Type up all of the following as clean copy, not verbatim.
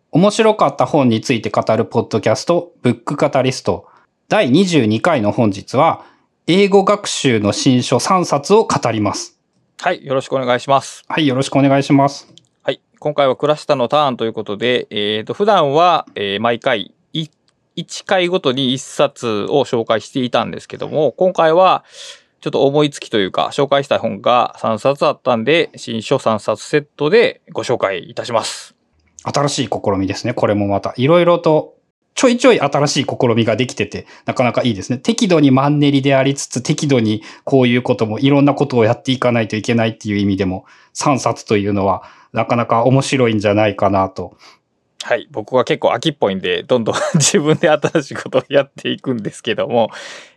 面白かった本について語るポッドキャスト、ブックカタリスト。第22回の本日は、英語学習の新書3冊を語ります。 はい、よろしくお願いします。 はい、よろしくお願いします。 はい、今回は倉下のターンということで、普段は、毎回1回ごとに1冊を紹介していたんですけども、今回はちょっと思いつきというか、紹介したい本が3冊あったんで、新書3冊セットでご紹介いたします。 新しい試みですね。これもまた。いろいろと、ちょいちょい新しい試みができてて、なかなかいいですね。適度にマンネリでありつつ、適度にこういうことも、いろんなことをやっていかないといけないっていう意味でも、3冊というのは、なかなか面白いんじゃないかなと。 はい。僕は結構秋っぽいんで、どんどん自分で新しいことをやっていくんですけども、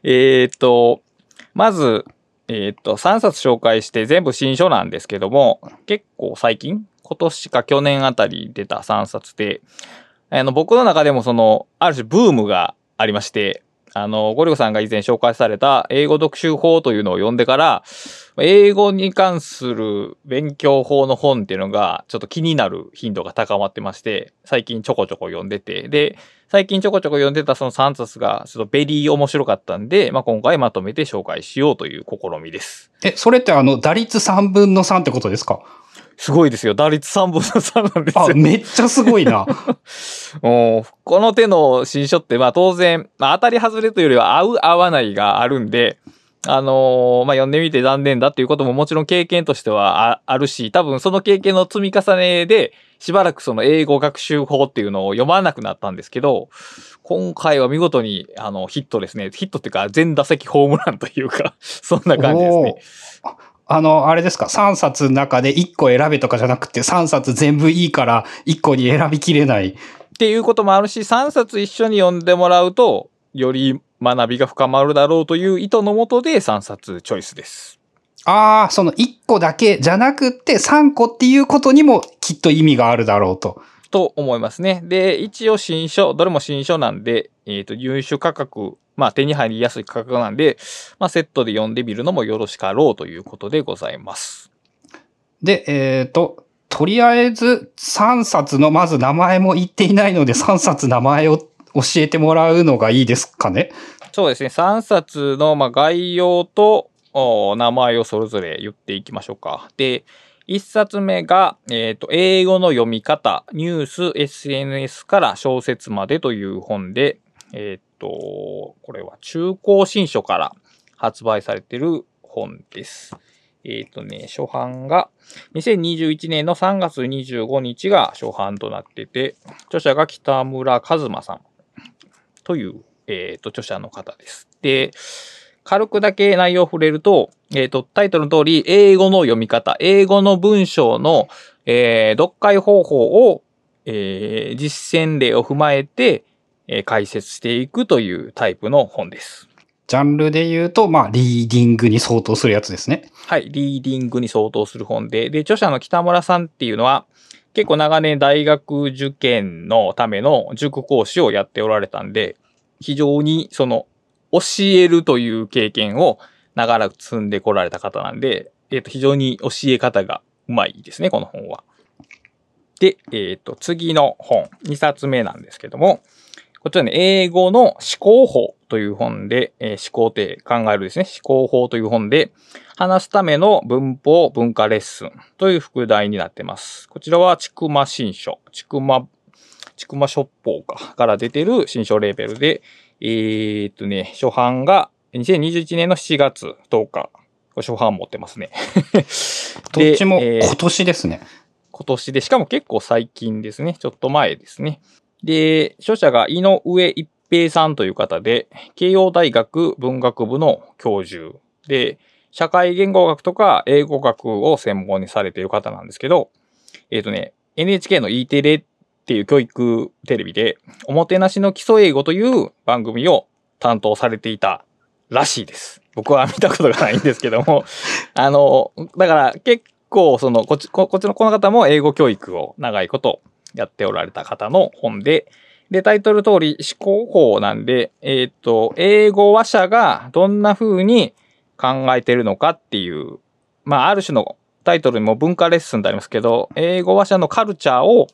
まず、3冊紹介して全部新書なんですけども、結構最近、今年か去年あたり出た3冊で、僕の中でもある種ブームがありまして、ゴリゴさんが以前紹介された英語読習法というのを読んでから、英語に関する勉強法の本っていうのがちょっと気になる頻度が高まってまして、最近ちょこちょこ読んでて、で、最近ちょこちょこ読んでたその3冊がちょっとベリー面白かったんで、今回まとめて紹介しようという試みです。 それって打率3分の3ってことですか？ すごいですよ。打率3分の3なんですよ。 めっちゃすごいな。 この手の新書って、当然、当たり外れというよりは合う合わないがあるんで、読んでみて残念だっていうことももちろん経験としてはあるし、多分その経験の積み重ねで、しばらくその英語学習法っていうのを読まなくなったんですけど、今回は見事にヒットですね。ヒットっていうか全打席ホームランというか、そんな感じですね。 あれですか、3冊の中で1個選べとかじゃなくて、3冊全部いいから1個に選びきれない。 っていうこともあるし、3冊一緒に読んでもらうと、より学びが深まるだろうという意図のもとで3冊チョイスです。 その1個だけじゃなくって3個っていうことにもきっと意味があるだろうと。 と思いますね。で、一応新書、どれも新書なんで、入手価格、手に入りやすい価格なんで、セットで読んでみるのもよろしかろうということでございます。 で、とりあえず3冊のまず名前も言っていないので3冊名前を教えてもらうのがいいですかね？ そうですね。3冊の概要と名前をそれぞれ言っていきましょうか。で、1冊目が、英語の読み方、ニュース、SNS から小説までという本で、これは中高新書から発売されている本です。初版が2021年の3月25日が初版となってて、著者が北村一馬さんという、著者の方です。で、軽くだけ内容を触れると、タイトルの通り、英語の読み方、英語の文章の、読解方法を、実践例を踏まえて、解説していくというタイプの本です。 ジャンルで言うと、リーディングに相当するやつですね。 はい、リーディングに相当する本で、著者の北村さんっていうのは、結構長年大学受験のための塾講師をやっておられたんで、非常に教えるという経験を長らく積んでこられた方なんで、非常に教え方がうまいですね、この本は。で、次の本、2冊目なんですけども、こちらね、英語の思考法という本で、思考って考えるですね、思考法という本で、話すための文法文化レッスンという副題になってます。こちらは、ちくま新書、ちくま書房から出てる新書レーベルで、初版が2021年の7月10日。初版持ってますね。 どっちも今年ですね。 今年で、しかも結構最近ですね。ちょっと前ですね。で、著者が井上一平さんという方で、慶応大学文学部の教授で、社会言語学とか英語学を専門にされている方なんですけど、NHK の E テレっていう教育テレビで、おもてなしの基礎英語という番組を担当されていたらしいです。僕は見たことがないんですけども、だから結構こっちのこの方も英語教育を長いことやっておられた方の本で、タイトル通り思考法なんで、英語話者がどんな風に考えてるのかっていう、ある種のタイトルにも文化レッスンでありますけど、英語話者のカルチャーを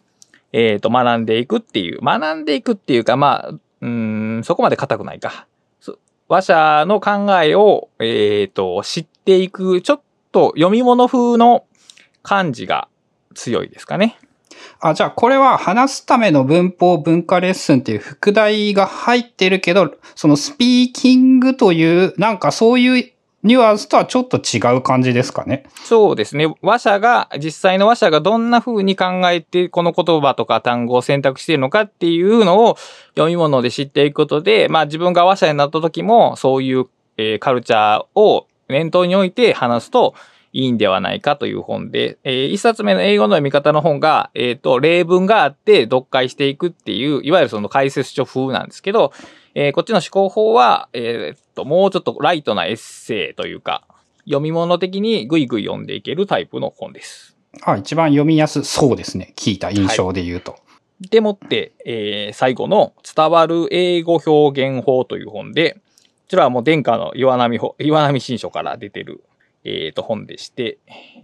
学んでいくっていうか、まあ、そこまで硬くないか。話者の考えを、知っていく、ちょっと読み物風の感じが強いですかね。 じゃあこれは話すための文法文化レッスンっていう副題が入ってるけど、そのスピーキングという、なんかそういうニュアンスとはちょっと違う感じですかね。 そうですね。実際の話者がどんな風に考えて、この言葉とか単語を選択しているのかっていうのを読み物で知っていくことで、まあ自分が話者になった時も、そういう、カルチャーを念頭に置いて話すといいんではないかという本で、一冊目の英語の読み方の本が、例文があって読解していくっていう、いわゆるその解説書風なんですけど、こっちの思考法は、もうちょっとライトなエッセイというか、読み物的にぐいぐい読んでいけるタイプの本です。 一番読みやすそうですね。聞いた印象で言うと。 でもって、最後の伝わる英語表現法という本で、こちらはもう殿下の岩波新書から出てる、本でして、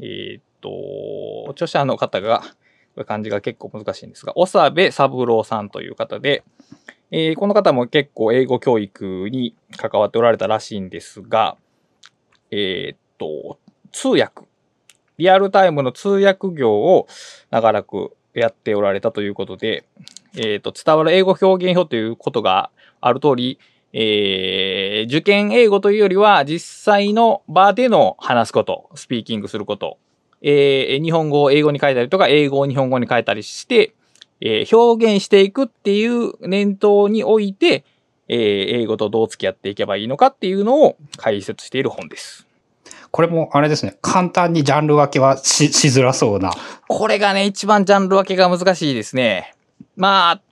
著者の方が、これ漢字が結構難しいんですが、長部三郎さんという方で、この方も結構英語教育に関わっておられたらしいんですが、通訳、リアルタイムの通訳業を長らくやっておられたということで、伝わる英語表現法ということがある通り、受験英語というよりは実際の場での話すこと、スピーキングすること、日本語を英語に変えたりとか、英語を日本語に変えたりして、表現していくっていう念頭において、英語とどう付き合っていけばいいのかっていうのを解説している本です。 これもあれですね、簡単にジャンル分けはしづらそうな。 これがね、一番ジャンル分けが難しいですね。まあ、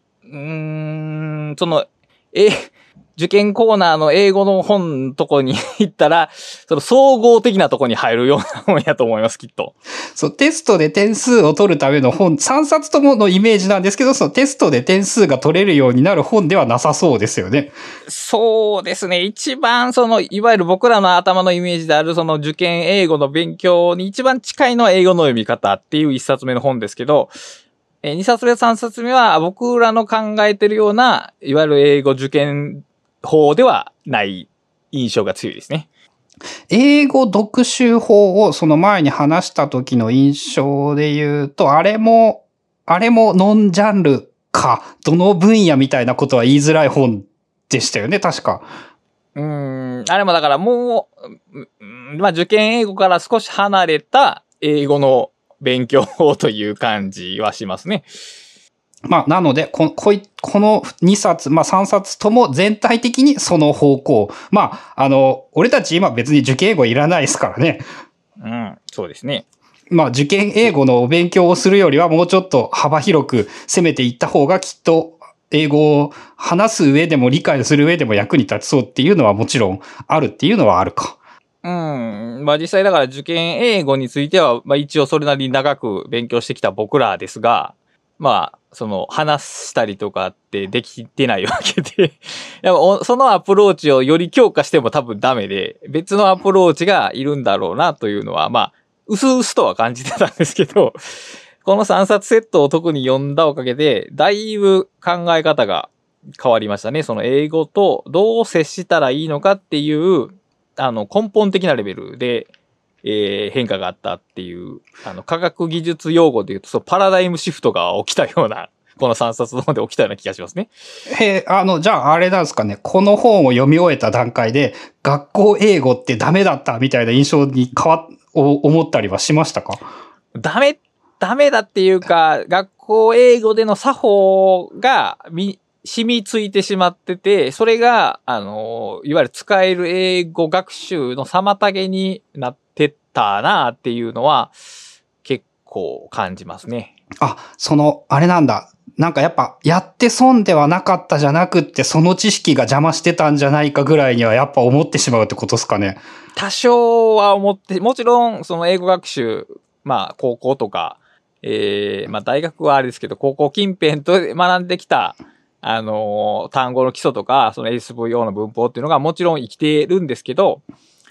受験コーナーの英語の本のとこに行ったら、その総合的なとこに入るような本やと思います、きっと。 そう、テストで点数を取るための本、3冊とものイメージなんですけど、そのテストで点数が取れるようになる本ではなさそうですよね。 そうですね。一番いわゆる僕らの頭のイメージである受験英語の勉強に一番近いのは英語の読み方っていう1冊目の本ですけど、2冊目、3冊目は僕らの考えてるような、いわゆる英語受験法ではない印象が強いですね。 英語読習法をその前に話した時の印象で言うと、あれもノンジャンルか、どの分野みたいなことは言いづらい本でしたよね、確か。 あれもだからもう、受験英語から少し離れた英語の勉強法という感じはしますね。 なので、この2冊、3冊とも全体的にその方向。俺たち今別に受験英語いらないですからね。 そうですね。 受験英語のお勉強をするよりはもうちょっと幅広く攻めていった方がきっと英語を話す上でも理解する上でも役に立ちそうっていうのはもちろんあるっていうのはあるか。 実際だから受験英語については、一応それなりに長く勉強してきた僕らですが、話したりとかってできてないわけでそのアプローチをより強化しても多分ダメで、別のアプローチがいるんだろうなというのは、薄々とは感じてたんですけど、この3冊セットを特に読んだおかげで、だいぶ考え方が変わりましたね。その英語とどう接したらいいのかっていう、根本的なレベルで、変化があったっていう、科学技術用語で言うと、パラダイムシフトが起きたような、この3冊の方で起きたような気がしますね。 じゃああれなんですかね、この本を読み終えた段階で、学校英語ってダメだったみたいな印象に思ったりはしましたか？ ダメだっていうか、学校英語での作法が染みついてしまってて、それが、いわゆる使える英語学習の妨げになってったなっていうのは、結構感じますね。 あれなんだ。なんかやっぱ、やって損ではなかったじゃなくって、その知識が邪魔してたんじゃないかぐらいにはやっぱ思ってしまうってことですかね。 多少は思って、もちろん、英語学習、高校とか、大学はあれですけど、高校近辺と学んできた、単語の基礎とか、SVO の文法っていうのがもちろん生きてるんですけど、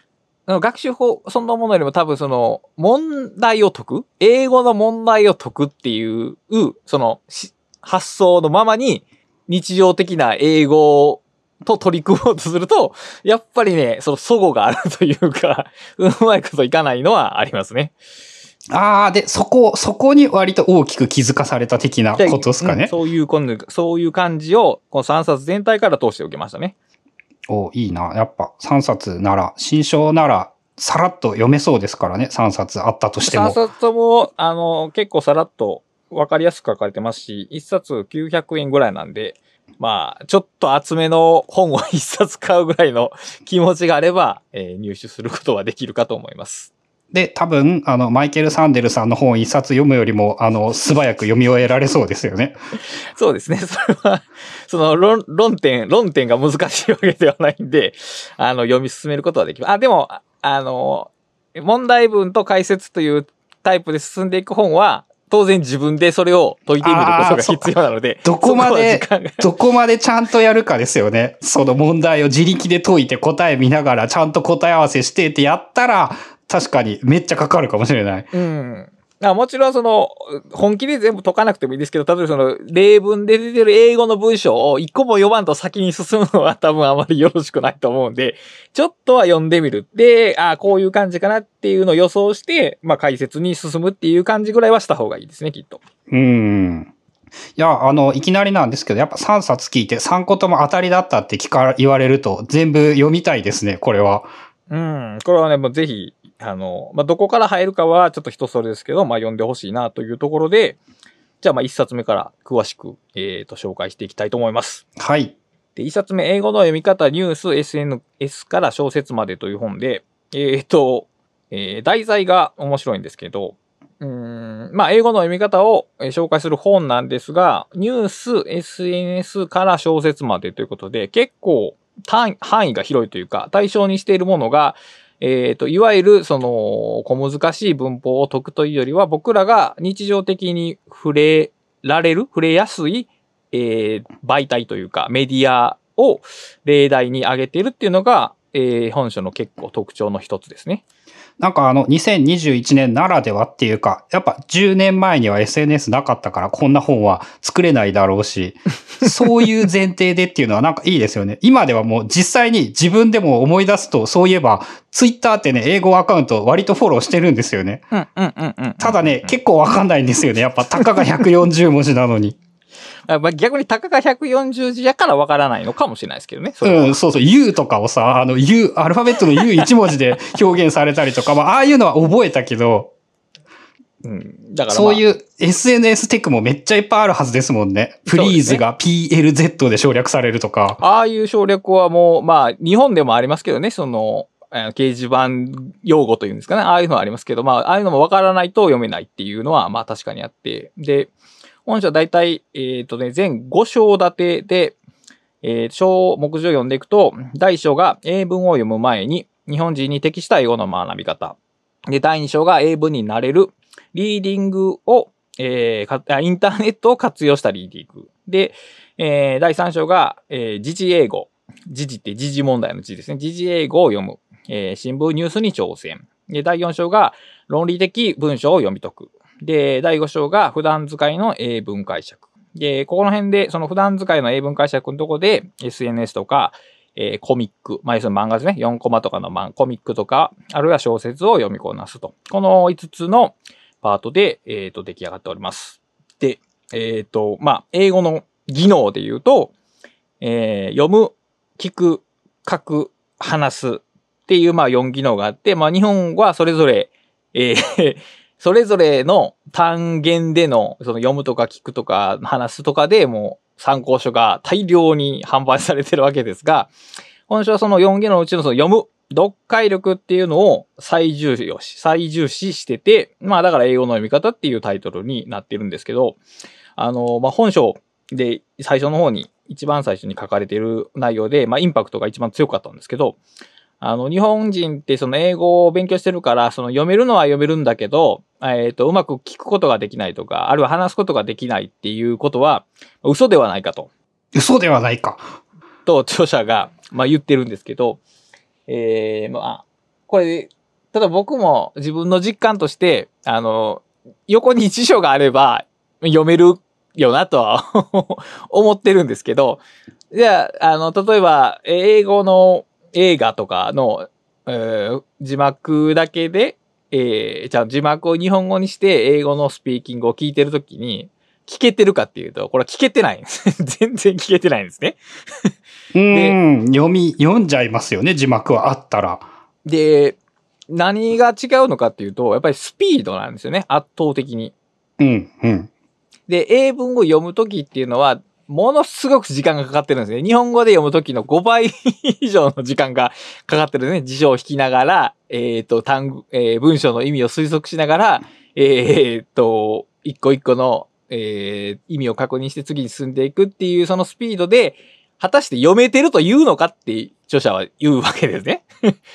学習法そのものよりも多分問題を解く英語の問題を解くっていう、発想のままに日常的な英語と取り組もうとすると、やっぱりね、齟齬があるというか、うまいこといかないのはありますね。 で、そこに割と大きく気づかされた的なことですかね。 そういう感じを、この3冊全体から通しておきましたね。 いいな。やっぱ3冊なら、新書なら、さらっと読めそうですからね。3冊あったとしても。 3冊とも、結構さらっとわかりやすく書かれてますし、1冊900円ぐらいなんで、まあ、ちょっと厚めの本を1冊買うぐらいの気持ちがあれば、入手することはできるかと思います。 で、多分、マイケル・サンデルさんの本一冊読むよりも、素早く読み終えられそうですよね。 そうですね。それは、論点が難しいわけではないんで、読み進めることはできます。でも、問題文と解説というタイプで進んでいく本は、当然自分でそれを解いてみることが必要なので、 どこまでちゃんとやるかですよね。その問題を自力で解いて答え見ながらちゃんと答え合わせしてってやったら、確かにめっちゃかかるかもしれない。 うん。もちろん本気で全部解かなくてもいいですけど、例えば例文で出てる英語の文章を一個も読まんと先に進むのは多分あまりよろしくないと思うんで、ちょっとは読んでみる。で、こういう感じかなっていうのを予想して、まあ解説に進むっていう感じぐらいはした方がいいですね、きっと。 いや、いきなりなんですけど、やっぱ3冊聞いて3個とも当たりだったって言われると全部読みたいですね、これは。 これはね、もうぜひ、どこから入るかはちょっと人それですけど、読んでほしいなというところで、じゃあ1冊目から詳しく、紹介していきたいと思います。 はい。 で、1冊目、英語の読み方、ニュース、SNS から小説までという本で、題材が面白いんですけど、英語の読み方を紹介する本なんですが、ニュース、SNS から小説までということで、結構範囲が広いというか、対象にしているものが、いわゆる、小難しい文法を解くというよりは、僕らが日常的に触れやすい、媒体というか、メディアを例題に挙げているっていうのが、本書の結構特徴の一つですね。 なんか2021年ならではっていうか、やっぱ10年前には SNS なかったからこんな本は作れないだろうし、そういう前提でっていうのはなんかいいですよね。今ではもう実際に自分でも思い出すと、そういえば Twitter ってね、英語アカウント割とフォローしてるんですよね。ただね、結構わかんないんですよね。やっぱたかが140文字なのに。 逆にたかが140字やからわからないのかもしれないですけどね。 そうそう、U とかをさ、U、アルファベットの U1 文字で表現されたりとか、ああいうのは覚えたけど、だからそういう SNS テクもめっちゃいっぱいあるはずですもんね。プリーズが PLZ で省略されるとか。 ああいう省略はもう、日本でもありますけどね、掲示板用語というんですかね。ああいうのはありますけど、ああいうのもわからないと読めないっていうのは、確かにあって。で、本書はだいたい、全5章立てで、目次を読んでいくと、第1章が英文を読む前に、日本人に適した英語の学び方。で、第2章が英文になれる、リーディングを、インターネットを活用したリーディング。で、第3章が、時事英語。時事って時事問題の時事ですね。時事英語を読む。新聞ニュースに挑戦。で、第4章が論理的文章を読み解く。で、第5章が普段使いの英文解釈。で、ここの辺で、その普段使いの英文解釈のとこで、SNS とか、コミック、要するに漫画ですね。4コマとかのコミックとか、あるいは小説を読みこなすと。この5つのパートで、出来上がっております。で、英語の技能で言うと、読む、聞く、書く、話すっていう、4技能があって、日本はそれぞれ、それぞれの単元での、読むとか聞くとか話すとかでもう参考書が大量に販売されてるわけですが、本書はその4技能のうちの読む、読解力っていうのを最重視してて、だから英語の読み方っていうタイトルになってるんですけど、本書で最初の方に一番最初に書かれている内容で、インパクトが一番強かったんですけど、日本人って英語を勉強してるから、読めるのは読めるんだけど、うまく聞くことができないとか、あるいは話すことができないっていうことは、嘘ではないかと。 嘘ではないか。 と、著者が、言ってるんですけど、 これ、ただ僕も自分の実感として、横に辞書があれば読めるよなとは思ってるんですけど、じゃあ、例えば、英語の映画とかの、字幕だけで、じゃあ字幕を日本語にして英語のスピーキングを聞いてるときに、聞けてるかっていうと、これは聞けてないんです。全然聞けてないんですね。 読んじゃいますよね、字幕はあったら。 で、何が違うのかっていうと、やっぱりスピードなんですよね、圧倒的に。で、英文を読むときっていうのは、ものすごく時間がかかってるんですね。日本語で読むときの5倍以上の時間がかかってるね。辞書を引きながら、文章の意味を推測しながら、一個一個の、意味を確認して次に進んでいくっていうそのスピードで、果たして読めてるというのかって著者は言うわけですね。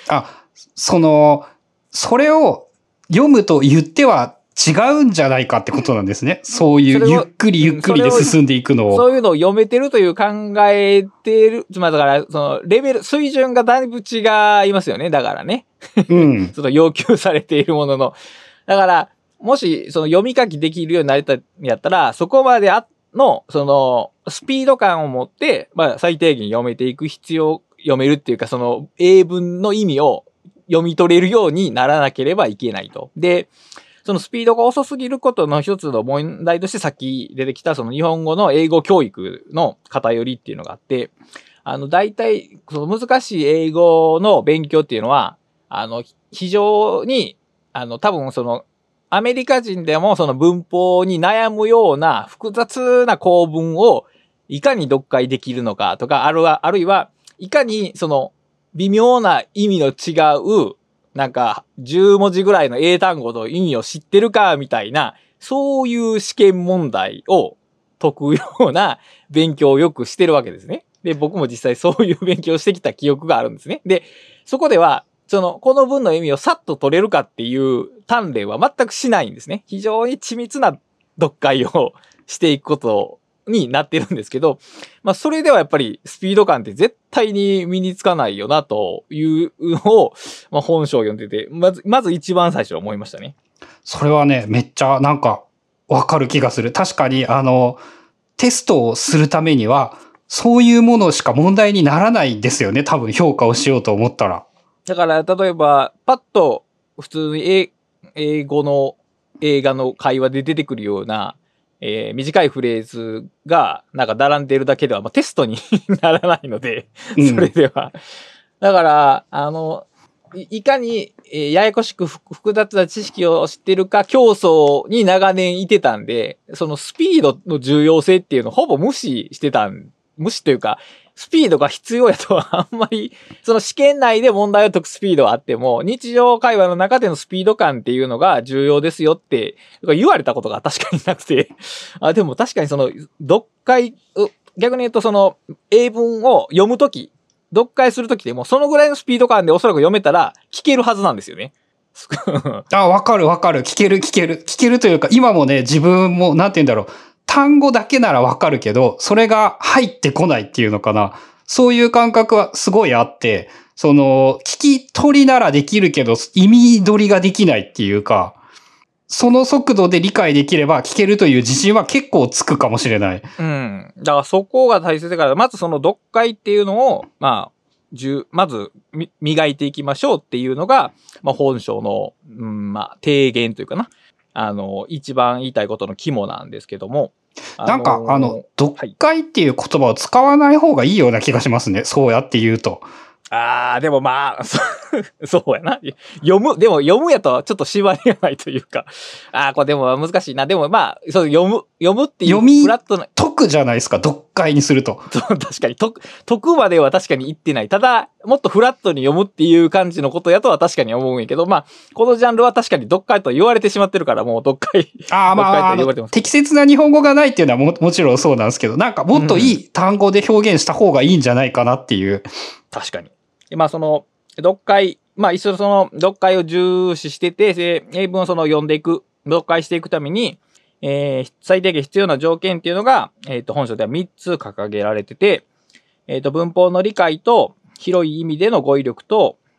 それを読むと言っては違うんじゃないかってことなんですね。そういうゆっくりで進んでいくのを。 そういうのを読めてるという考えてる。つまりだから、そのレベル、水準がだいぶ違いますよね。だからね。その要求されているものの。だから、もし、その読み書きできるようになりたいんやったら、そこまでその、スピード感を持って、最低限読めていく読めるっていうか、その、英文の意味を読み取れるようにならなければいけないと。で、そのスピードが遅すぎることの一つの問題としてさっき出てきたその日本語の英語教育の偏りっていうのがあって、大体、その難しい英語の勉強っていうのは、非常に、多分その、アメリカ人でもその文法に悩むような複雑な構文をいかに読解できるのかとか、あるいは、いかにその微妙な意味の違う、なんか10文字ぐらいの英単語の意味を知ってるかみたいな、そういう試験問題を解くような勉強をよくしてるわけですね。で、僕も実際そういう勉強をしてきた記憶があるんですね。で、そこでは、この文の意味をさっと取れるかっていう鍛錬は全くしないんですね。非常に緻密な読解をしていくことになってるんですけど、それではやっぱりスピード感って絶対に身につかないよなというのを、本書を読んでて、まず一番最初思いましたね。 それはね、めっちゃなんかわかる気がする。確かにテストをするためには、そういうものしか問題にならないんですよね。多分評価をしようと思ったら。 だから、例えば、パッと普通に英語の映画の会話で出てくるような、短いフレーズがなんか並んでいるだけでは、テストにならないので、それでは。だから、いかに、ややこしく複雑な知識を知ってるか競争に長年いてたんで、そのスピードの重要性っていうのをほぼ無視というか、スピードが必要やとはあんまり、その試験内で問題を解くスピードはあっても、日常会話の中でのスピード感っていうのが重要ですよって言われたことが確かになくて、でも確かにその、逆に言うとその、英文を読むとき、読解するときでも、そのぐらいのスピード感でおそらく読めたら、聞けるはずなんですよね。 わかる。聞けるというか、今もね、自分も、なんて言うんだろう。単語だけならわかるけど、それが入ってこないっていうのかな。そういう感覚はすごいあって、聞き取りならできるけど、意味取りができないっていうか、その速度で理解できれば聞けるという自信は結構つくかもしれない。 だからそこが大切だから、まずその読解っていうのを、まず磨いていきましょうっていうのが、本書の、提言というかな。一番言いたいことの肝なんですけども。 なんか、読解っていう言葉を使わない方がいいような気がしますね。そうやって言うと。 でもそうやな。読むやとちょっと縛りがないというか。これでも難しいな。でもそう読むっていうフラットな。 解くじゃないですか、読解にすると。 そう、確かに解くまでは確かに言ってない。ただ、もっとフラットに読むっていう感じのことやとは確かに思うんやけど、このジャンルは確かに読解と言われてしまってるから、もう読解。 適切な日本語がないっていうのはもちろんそうなんですけど、なんかもっといい単語で表現した方がいいんじゃないかなっていう。 確かに。その、読解、一緒その、読解を重視してて、英文を読んでいく、読解していくために、最低限必要な条件っていうのが、本書では3つ掲げられてて、文法の理解と、広い意味での語彙力と、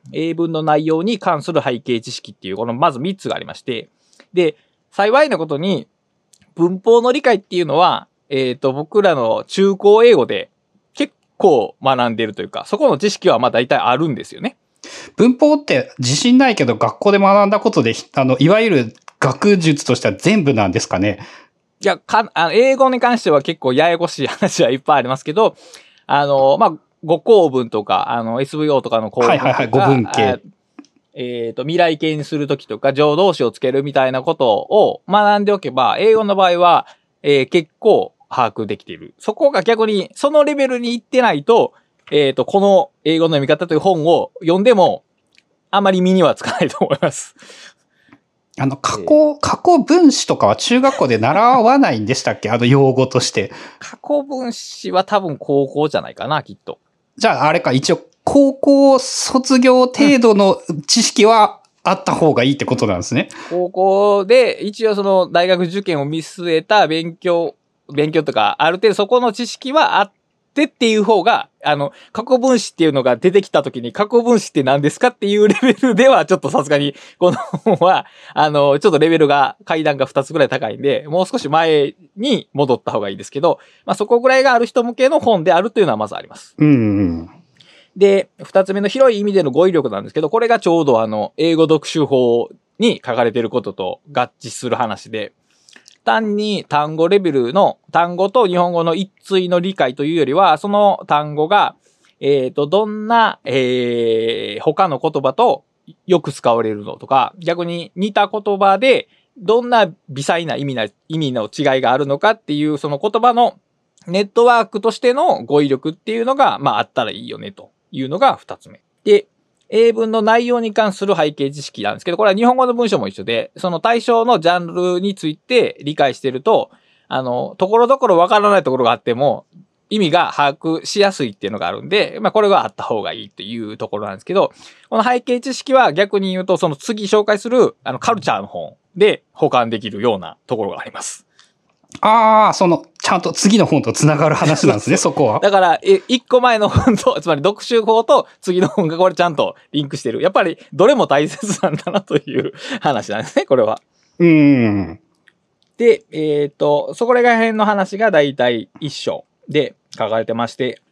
英文の内容に関する背景知識っていう、このまず3つがありまして、で、幸いなことに、文法の理解っていうのは、僕らの中高英語で結構学んでるというか、そこの知識はまあ大体あるんですよね。 文法って自信ないけど学校で学んだことで、いわゆる学術としては全部なんですかね。 いや、英語に関しては結構ややこしい話はいっぱいありますけど、まあ、語構文とか、SVO とかの構文とか、 語文系。 未来形にするときとか、助動詞をつけるみたいなことを学んでおけば、英語の場合は、結構把握できている。そこが逆に、そのレベルに行ってないと、この英語の読み方という本を読んでも、あまり身にはつかないと思います。 過去分詞とかは中学校で習わないんでしたっけ？用語として。 過去分詞は多分高校じゃないかな、きっと。 じゃあ、あれか、一応、高校卒業程度の知識はあった方がいいってことなんですね。 高校で、一応その大学受験を見据えた勉強とか、ある程度そこの知識はあってっていう方が、過去分詞っていうのが出てきた時に、過去分詞って何ですかっていうレベルでは、ちょっとさすがに、この本は、ちょっとレベルが、階段が2つぐらい高いんで、もう少し前に戻った方がいいですけど、まあそこぐらいがある人向けの本であるというのはまずあります。で、2つ目の広い意味での語彙力なんですけど、これがちょうど英語読書法に書かれていることと合致する話で、単に単語レベルの単語と日本語の一対の理解というよりは、その単語が、どんな、他の言葉とよく使われるのとか、逆に似た言葉でどんな微細な意味の違いがあるのかっていう、その言葉のネットワークとしての語彙力っていうのが、まああったらいいよねというのが2つ目。で、英文の内容に関する背景知識なんですけど、これは日本語の文章も一緒で、その対象のジャンルについて理解していると、ところどころわからないところがあっても、意味が把握しやすいっていうのがあるんで、まあこれはあった方がいいっていうところなんですけど、この背景知識は逆に言うと、その次紹介するカルチャーの本で保管できるようなところがあります。 ああ、ちゃんと次の本と繋がる話なんですね、そこは。 だから、一個前の本と、つまり読書法と次の本がこれちゃんとリンクしてる。やっぱり、どれも大切なんだなという話なんですね、これは。で、そこら辺の話がだいたい1章で書かれてまして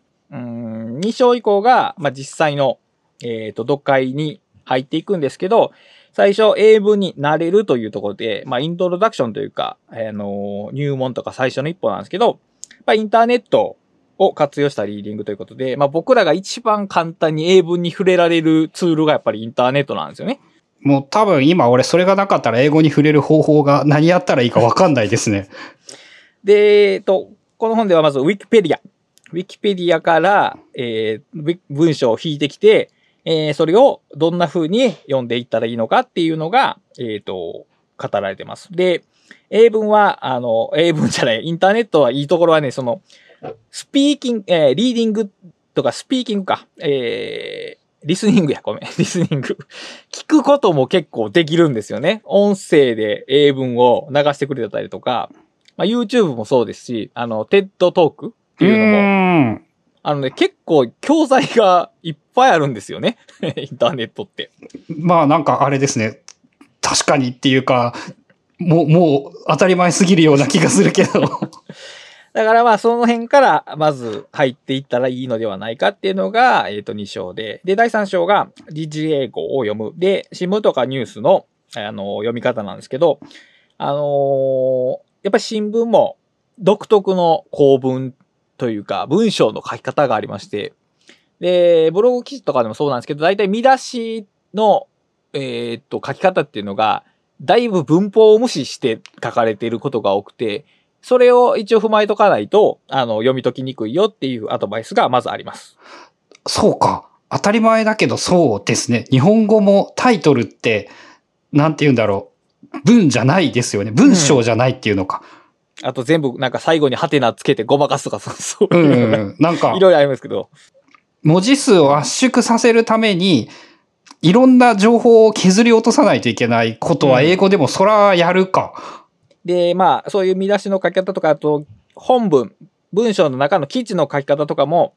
、2章以降が、まあ、実際の、読解に入っていくんですけど、最初、英文になれるというところで、まあ、イントロダクションというか、入門とか最初の一歩なんですけど、まあ、インターネットを活用したリーディングということで、まあ、僕らが一番簡単に英文に触れられるツールがやっぱりインターネットなんですよね。 もう多分今俺それがなかったら英語に触れる方法が何やったらいいか分かんないですね。 で、この本ではまずウィキペディアから、文章を引いてきて、それをどんな風に読んでいったらいいのかっていうのが、語られてます。で、インターネットはいいところはね、リーディングとかスピーキングか、リスニング。聞くことも結構できるんですよね。音声で英文を流してくれたりとか、まあ、YouTube もそうですし、TED トークっていうのも、結構教材がいっぱいあるんですよね。インターネットって。 まあなんかあれですね。確かにっていうか、もう当たり前すぎるような気がするけど。 だからまあその辺からまず入っていったらいいのではないかっていうのが、2章で。で、第3章が時事英語を読む。で、新聞とかニュースの、読み方なんですけど、やっぱり新聞も独特の構文というか文章の書き方がありまして、で、ブログ記事とかでもそうなんですけど、大体見出しの、書き方っていうのが、だいぶ文法を無視して書かれていることが多くて、それを一応踏まえとかないと、読み解きにくいよっていうアドバイスがまずあります。 そうか。当たり前だけどそうですね。日本語もタイトルって、なんて言うんだろう。文じゃないですよね。文章じゃないっていうのか。 あと全部なんか最後にハテナつけてごまかすとかそういうのが、 なんかいろいろありますけど。 文字数を圧縮させるために、いろんな情報を削り落とさないといけないことは英語でもそらやるか。 で、まあ、そういう見出しの書き方とか、あと、文章の中の記事の書き方とかも、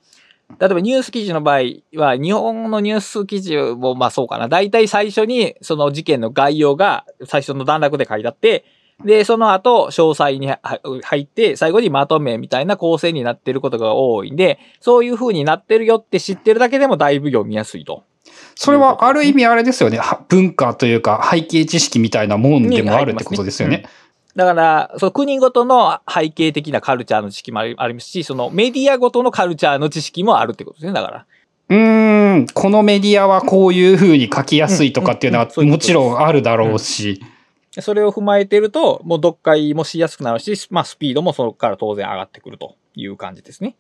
例えばニュース記事の場合は、日本のニュース記事もまあそうかな。だいたい最初にその事件の概要が最初の段落で書いてあって、で、その後、詳細に入って、最後にまとめみたいな構成になっていることが多いんで、そういう風になってるよって知ってるだけでもだいぶ読みやすいと。 それはある意味あれですよね。文化というか背景知識みたいなもんでもあるってことですよね。 だから、その国ごとの背景的なカルチャーの知識もありますし、そのメディアごとのカルチャーの知識もあるってことですね、だから。 このメディアはこういう風に書きやすいとかっていうのはもちろんあるだろうし。 それを踏まえてると、もう読解もしやすくなるし、まあスピードもそこから当然上がってくるという感じですね。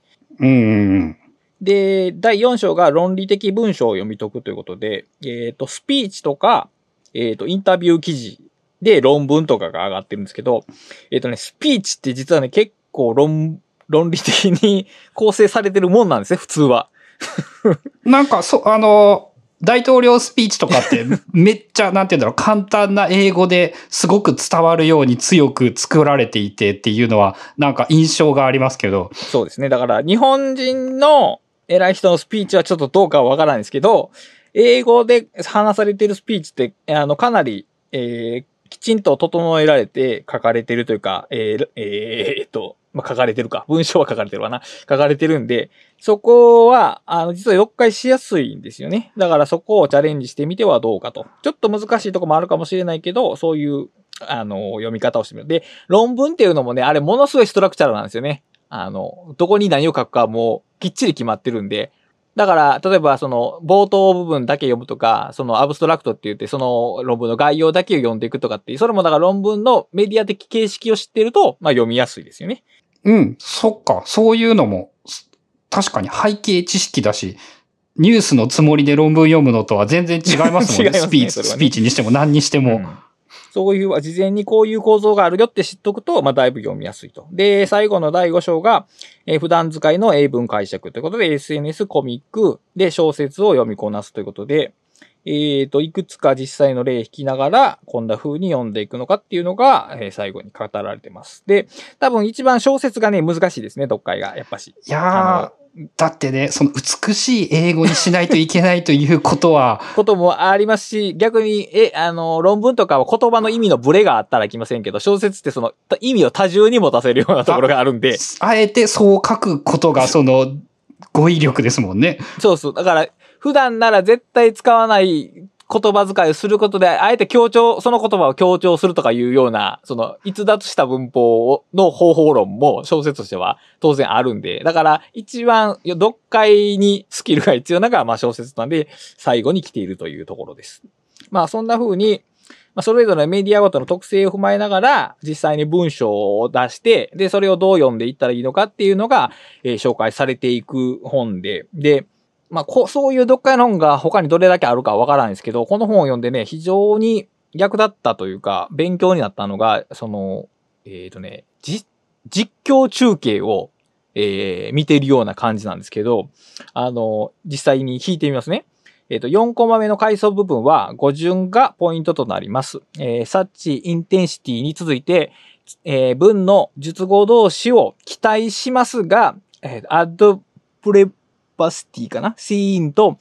で、第4章が論理的文章を読み解くということで、スピーチとか、インタビュー記事で論文とかが上がってるんですけど、スピーチって実はね、結構論理的に構成されてるもんなんですね、普通は。 なんか、大統領スピーチとかってめっちゃ、なんて言うんだろう、簡単な英語ですごく伝わるように強く作られていてっていうのは、なんか印象がありますけど。 そうですね。だから、日本人の偉い人のスピーチはちょっとどうかはわからないんですけど、英語で話されているスピーチって、かなり、きちんと整えられて書かれてるというか、まあ、書かれてるか。文章は書かれてるわな。書かれてるんで、そこは、実は読解しやすいんですよね。だからそこをチャレンジしてみてはどうかと。ちょっと難しいとこもあるかもしれないけど、そういう、読み方をしてみる。で、論文っていうのもね、あれものすごいストラクチャルなんですよね。どこに何を書くかもうきっちり決まってるんで、だから、例えばその冒頭部分だけ読むとか、そのアブストラクトって言ってその論文の概要だけを読んでいくとかっていう、それもだから論文のメディア的形式を知ってると、まあ読みやすいですよね。 そっか。そういうのも、確かに背景知識だし、ニュースのつもりで論文読むのとは全然違いますもんね。スピーチにしても何にしても。 そういう、事前にこういう構造があるよって知っとくと、まあ、だいぶ読みやすいと。で、最後の第5章が、普段使いの英文解釈ということで、SNS、コミックで小説を読みこなすということで、いくつか実際の例引きながら、こんな風に読んでいくのかっていうのが、最後に語られてます。で、多分一番小説がね、難しいですね、読解が、やっぱし。 いやー、だってね、その美しい英語にしないといけないということは。 こともありますし、逆に、論文とかは言葉の意味のブレがあったらいきませんけど、小説ってその意味を多重に持たせるようなところがあるんで。 あえてそう書くことがその語彙力ですもんね。 そうそう。だから、普段なら絶対使わない言葉遣いをすることで、あえてその言葉を強調するとかいうような、その逸脱した文法の方法論も小説としては当然あるんで、だから一番読解にスキルが必要なのがまあ小説なんで、最後に来ているというところです。まあそんな風に、まあ、それぞれのメディアごとの特性を踏まえながら、実際に文章を出して、で、それをどう読んでいったらいいのかっていうのが、紹介されていく本で、まあ、そういう読解の本が他にどれだけあるかわからないんですけど、この本を読んでね、非常に役立ったというか、勉強になったのが、実況中継を、見ているような感じなんですけど、実際に弾いてみますね。4コマ目の階層部分は語順がポイントとなります。サッチ、インテンシティに続いて、文の述語動詞を期待しますが、アドプレバシティかなシーンと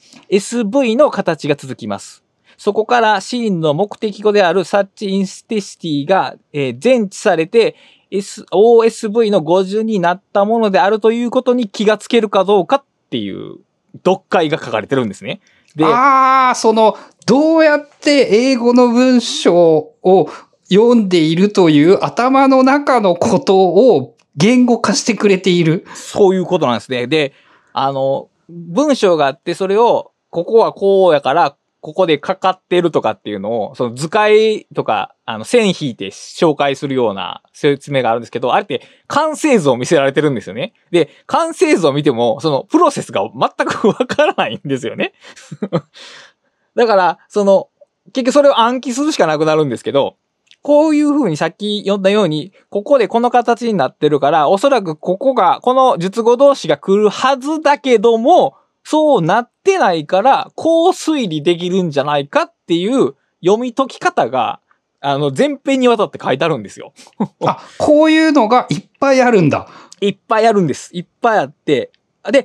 SV の形が続きます。そこからシーンの目的語であるサッチ、インテンシティが、前置されて、OSV の語順になったものであるということに気がつけるかどうかっていう読解が書かれてるんですね。 で、どうやって英語の文章を読んでいるという頭の中のことを言語化してくれている。 そういうことなんですね。で、文章があって、それを、ここはこうやから、ここでかかってるとかっていうのを、その図解とか、線引いて紹介するような説明があるんですけど、あれって完成図を見せられてるんですよね。で、完成図を見ても、そのプロセスが全くわからないんですよね。だから、結局それを暗記するしかなくなるんですけど、こういう風にさっき読んだように、ここでこの形になってるから、おそらくこの述語動詞が来るはずだけども、そうなってないから、こう推理できるんじゃないかっていう読み解き方が、前編にわたって書いてあるんですよ。 こういうのがいっぱいあるんだ。 いっぱいあるんです。いっぱいあって。で、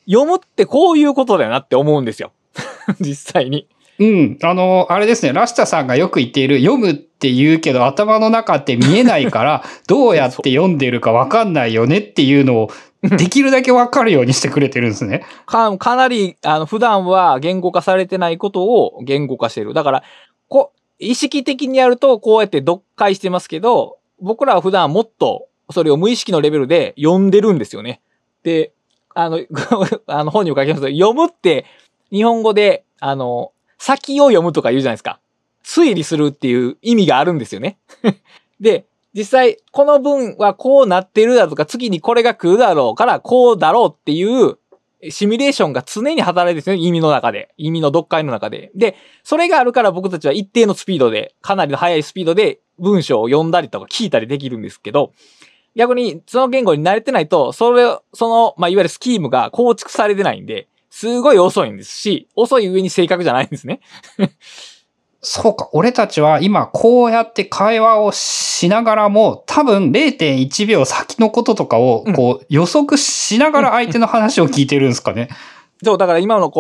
読むってこういうことだよなって思うんですよ。実際に。 うん。あれですね、ラシタさんがよく言っている、読むって言うけど頭の中って見えないから、どうやって読んでるかわかんないよねっていうのを、できるだけわかるようにしてくれてるんですね。 かなり、普段は言語化されてないことを言語化してる。だから、意識的にやるとこうやって読解してますけど、僕らは普段もっとそれを無意識のレベルで読んでるんですよね。で、本にも書きますけど、読むって日本語で、先を読むとか言うじゃないですか。推理するっていう意味があるんですよね。で、実際、この文はこうなってるだとか、次にこれが来るだろうからこうだろうっていうシミュレーションが常に働いてるんですよね。意味の中で。意味の読解の中で。で、それがあるから僕たちは一定のスピードで、かなりの速いスピードで文章を読んだりとか聞いたりできるんですけど、逆にその言語に慣れてないと、いわゆるスキームが構築されてないんで、すごい遅いんですし、遅い上に正確じゃないんですね。 そうか、俺たちは今こうやって会話をしながらも、多分 0.1 秒先のこととかをこう予測しながら相手の話を聞いてるんですかね。 そう、だから今の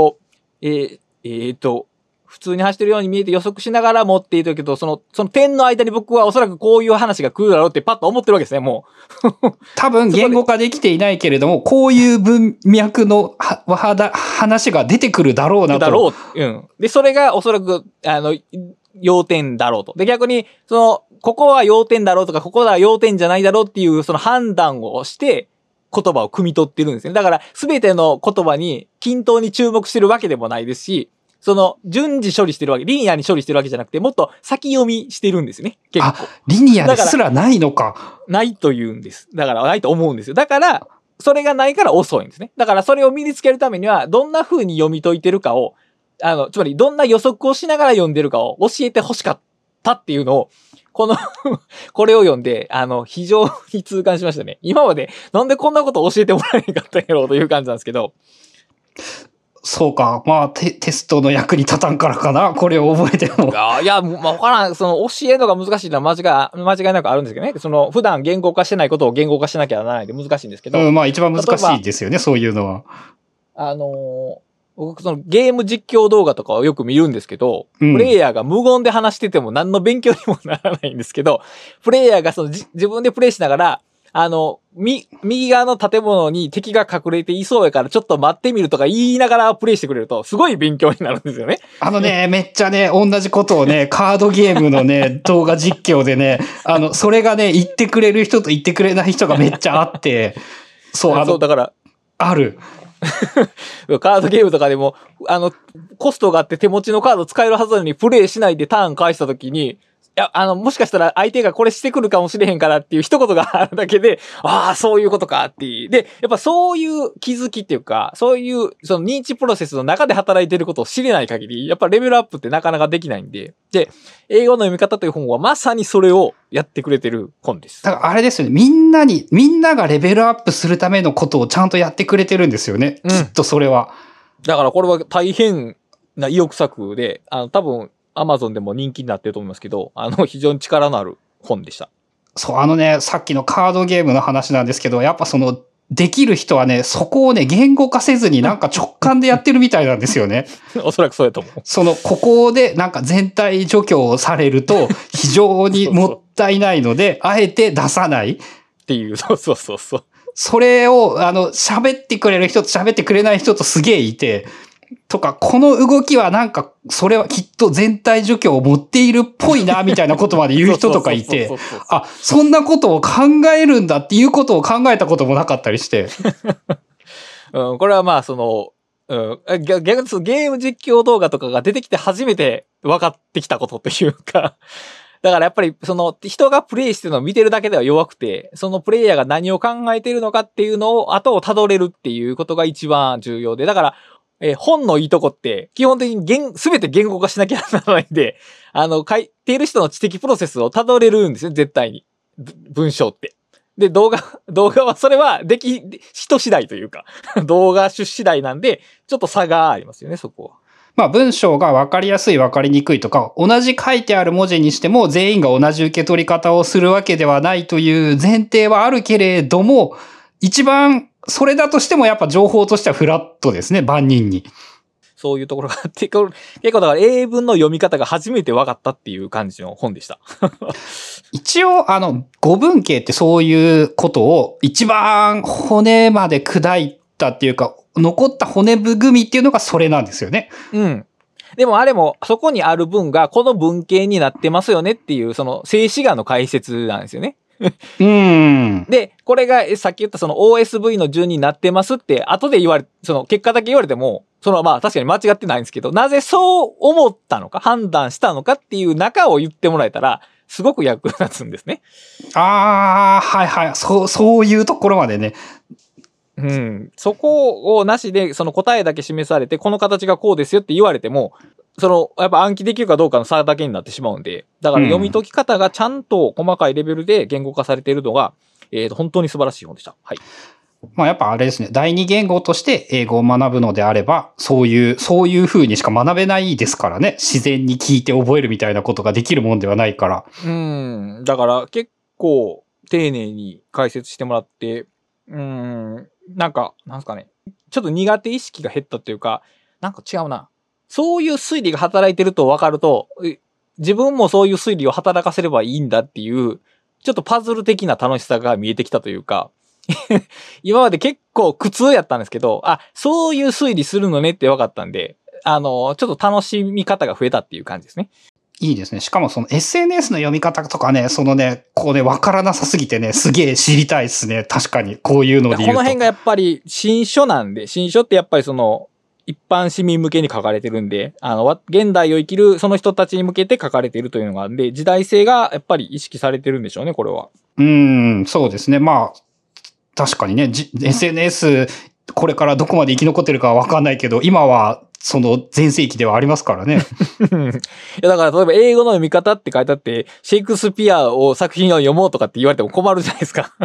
普通に走ってるように見えて予測しながらもって言うけど、その点の間に僕はおそらくこういう話が来るだろうってパッと思ってるわけですね、もう。 多分言語化できていないけれども、こういう文脈の話が出てくるだろうなと。 だろう。うん。で、それがおそらく、要点だろうと。で、逆に、ここは要点だろうとか、ここは要点じゃないだろうっていう、その判断をして、言葉を汲み取ってるんですね。だから、すべての言葉に均等に注目してるわけでもないですし、順次処理してるわけ、リニアに処理してるわけじゃなくて、もっと先読みしてるんですよね。結構。 リニアですらないのか。 ないと言うんです。だから、ないと思うんですよ。だから、それがないから遅いんですね。だから、それを身につけるためには、どんな風に読み解いてるかを、つまり、どんな予測をしながら読んでるかを教えて欲しかったっていうのを、これを読んで、非常に痛感しましたね。今まで、なんでこんなことを教えてもらえなかったんやろうという感じなんですけど。 そうか。まあ、テストの役に立たんからかな。これを覚えても。 いや、わからん。教えるのが難しいのは間違いなくあるんですけどね。普段言語化してないことを言語化しなきゃならないんで難しいんですけど。 まあ一番難しいですよね、そういうのは。 僕ゲーム実況動画とかをよく見るんですけど、プレイヤーが無言で話してても何の勉強にもならないんですけど、プレイヤーが自分でプレイしながら、右側の建物に敵が隠れていそうやからちょっと待ってみるとか言いながらプレイしてくれるとすごい勉強になるんですよね。 めっちゃね、同じことをね、カードゲームのね、動画実況でね、それがね、言ってくれる人と言ってくれない人がめっちゃあって、 そう、だから、 ある。 カードゲームとかでも、コストがあって手持ちのカード使えるはずなのにプレイしないでターン返したときに、いや、もしかしたら相手がこれしてくるかもしれへんからっていう一言があるだけで、ああ、そういうことかっていう。で、やっぱそういう気づきっていうか、そういう、認知プロセスの中で働いていることを知れない限り、やっぱレベルアップってなかなかできないんで、で、英語の読み方という本はまさにそれをやってくれてる本です。 だからあれですよね。みんながレベルアップするためのことをちゃんとやってくれてるんですよね。きっとそれは。 だからこれは大変な意欲作で、多分、Amazon でも人気になってると思いますけど、非常に力のある本でした。 そう、さっきのカードゲームの話なんですけど、やっぱできる人はね、そこをね、言語化せずになんか直感でやってるみたいなんですよね。 おそらくそうやと思う。 ここでなんか全体除去をされると、非常にもったいないので、あえて出さない。 っていう、そう。 それを、喋ってくれる人と喋ってくれない人とすげえいて、とか、この動きはなんか、それはきっと全体除去を持っているっぽいな、みたいなことまで言う人とかいて、あ、そんなことを考えるんだっていうことを考えたこともなかったりして。 これはまあ、逆にゲーム実況動画とかが出てきて初めて分かってきたことというか、だからやっぱり、人がプレイしてるのを見てるだけでは弱くて、そのプレイヤーが何を考えているのかっていうのを、後を辿れるっていうことが一番重要で、だから、本のいいとこって、基本的にすべて言語化しなきゃならないんで、書いている人の知的プロセスを辿れるんですね、絶対に。文章って。で、動画は、それは、人次第というか、動画種次第なんで、ちょっと差がありますよね、そこは。 まあ文章が分かりやすい分かりにくいとか、同じ書いてある文字にしても全員が同じ受け取り方をするわけではないという前提はあるけれども、一番それだとしてもやっぱ情報としてはフラットですね、万人に。 そういうところがあって、結構だから英文の読み方が初めて分かったっていう感じの本でした。 一応、語文系ってそういうことを一番骨まで砕いたっていうか、残った骨組みっていうのがそれなんですよね。 うん。でもあれも、そこにある文がこの文系になってますよねっていう、その静止画の解説なんですよね。で、これがさっき言ったその OSV の順になってますって後で言われ、その結果だけ言われても、そのまあ確かに間違ってないんですけど、なぜそう思ったのか、判断したのかっていう中を言ってもらえたら、すごく役立つんですね。 ああ、はいはい。そういうところまでね。 うん。そこをなしで、その答えだけ示されて、この形がこうですよって言われても、やっぱ暗記できるかどうかの差だけになってしまうんで、だから読み解き方がちゃんと細かいレベルで言語化されているのが、本当に素晴らしい本でした。はい。 まあやっぱあれですね。第二言語として英語を学ぶのであれば、そういう風にしか学べないですからね。自然に聞いて覚えるみたいなことができるもんではないから。 だから結構丁寧に解説してもらって、なんすかね。ちょっと苦手意識が減ったというか、なんか違うな。そういう推理が働いてると分かると、自分もそういう推理を働かせればいいんだっていう、ちょっとパズル的な楽しさが見えてきたというか、今まで結構苦痛やったんですけど、そういう推理するのねって分かったんで、ちょっと楽しみ方が増えたっていう感じですね。 いいですね。しかもその SNS の読み方とかね、わからなさすぎてね、すげえ知りたいですね。確かに。こういうので言うと。 この辺がやっぱり新書なんで、新書ってやっぱり一般市民向けに書かれてるんで、現代を生きるその人たちに向けて書かれているというのがあるんで、時代性がやっぱり意識されてるんでしょうね、これは。 そうですね。まあ、確かにね、SNS、これからどこまで生き残ってるかはわかんないけど、今はその全盛期ではありますからね。 いやだから例えば英語の読み方って書いてあって、シェイクスピアを作品を読もうとかって言われても困るじゃないですか。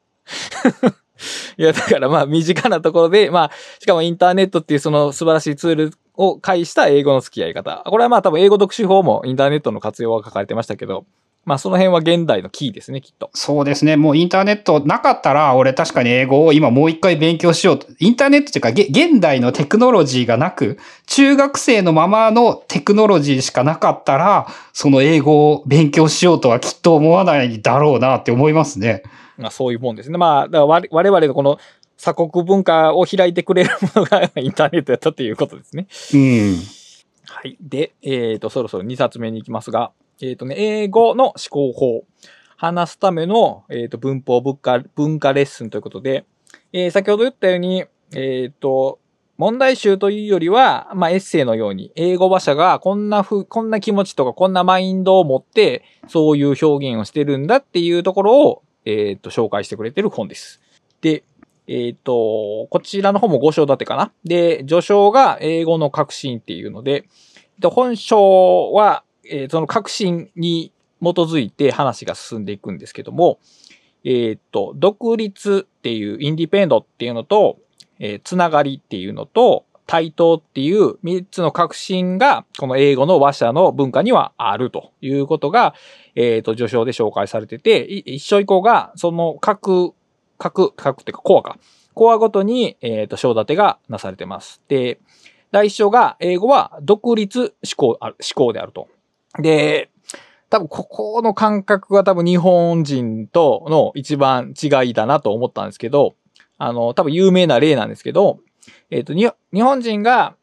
いや、だからまあ身近なところで、まあ、しかもインターネットっていうその素晴らしいツールを介した英語の付き合い方。これはまあ多分英語読書法もインターネットの活用は書かれてましたけど、まあその辺は現代のキーですね、きっと。 そうですね。もうインターネットなかったら、俺確かに英語を今もう一回勉強しようと。インターネットっていうか、現代のテクノロジーがなく、中学生のままのテクノロジーしかなかったら、その英語を勉強しようとはきっと思わないだろうなって思いますね。 まあそういうもんですね。まあ、だから我々のこの鎖国文化を開いてくれるものがインターネットやったということですね。はい。で、そろそろ2冊目に行きますが、英語の思考法。話すための、文法文化レッスンということで、先ほど言ったように、問題集というよりは、まあ、エッセイのように、英語話者がこんな気持ちとかこんなマインドを持って、そういう表現をしてるんだっていうところを、紹介してくれてる本です。で、こちらの方も5章立てかな。で、序章が英語の革新っていうので、本章は、その革新に基づいて話が進んでいくんですけども、独立っていうインディペンドっていうのと、つながりっていうのと、対等っていう3つの革新が、この英語の話者の文化にはあるということが、序章で紹介されてて、一章以降が、その各っていうかコアか。コアごとに、章立てがなされてます。で、第一章が、英語は独立思考であると。で、多分ここの感覚が多分日本人との一番違いだなと思ったんですけど、多分有名な例なんですけど、日本人が、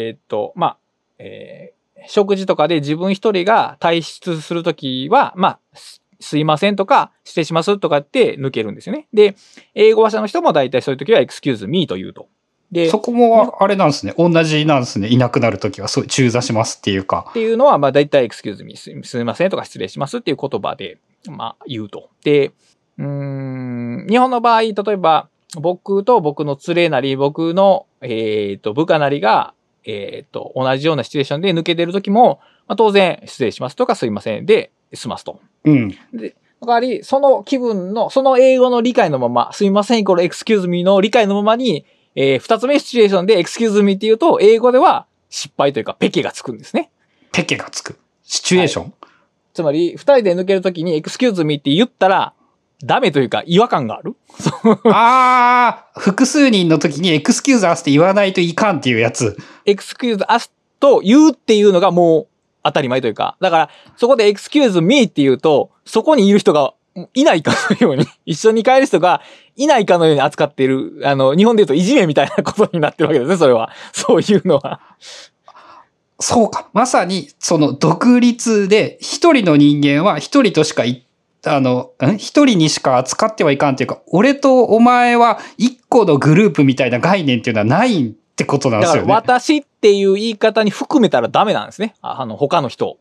食事とかで自分一人が退出するときは、まあ、すいませんとか、失礼しますとかって抜けるんですよね。で、英語話者の人も大体そういうときは excuse me と言うと。で、 そこもあれなんですね。同じなんですね。いなくなるときはそう中座しますっていうか。 っていうのは、まあ大体 excuse me すいませんとか失礼しますっていう言葉で、まあ言うと。で、日本の場合、例えば、僕と僕の連れなり、僕の、部下なりが、同じようなシチュエーションで抜けてるときも、まあ、当然、失礼しますとかすいませんで済ますと。で、代わり、その気分の、その英語の理解のまま、すいませんイコール excuse me の理解のままに、二つ目シチュエーションで excuse me って言うと、英語では失敗というか、ペケがつくんですね。 ペケがつく。シチュエーション、 つまり、二人で抜けるときに excuse me って言ったら、 ダメというか違和感がある複数人の時にエクスキューズアスって言わないといかんっていうやつ。 エクスキューズアスと言うっていうのがもう当たり前というか、だからそこでエクスキューズミーって言うと、そこにいる人がいないかのように、一緒に帰る人がいないかのように扱っている、日本で言うといじめみたいなことになってるわけですね、それは。そういうのは。 そうか。まさに、その独立で、一人の人間は一人としか一人にしか扱ってはいかんっていうか、俺とお前は一個のグループみたいな概念っていうのはないってことなんですよね。 だから私っていう言い方に含めたらダメなんですね。他の人。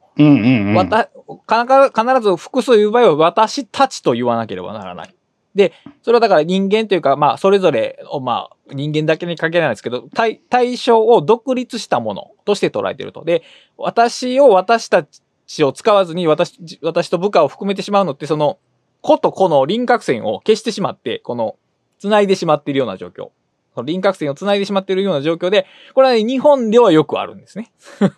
必ず複数言う場合は私たちと言わなければならない。で、それはだから人間というか、まあ、それぞれを、まあ、人間だけに限らないですけど、対象を独立したものとして捉えていると。で、私たちを使わずに私と部下を含めてしまうのって、その、個と個の輪郭線を消してしまって、繋いでしまっているような状況。その輪郭線を繋いでしまっているような状況で、これはね、日本ではよくあるんですね。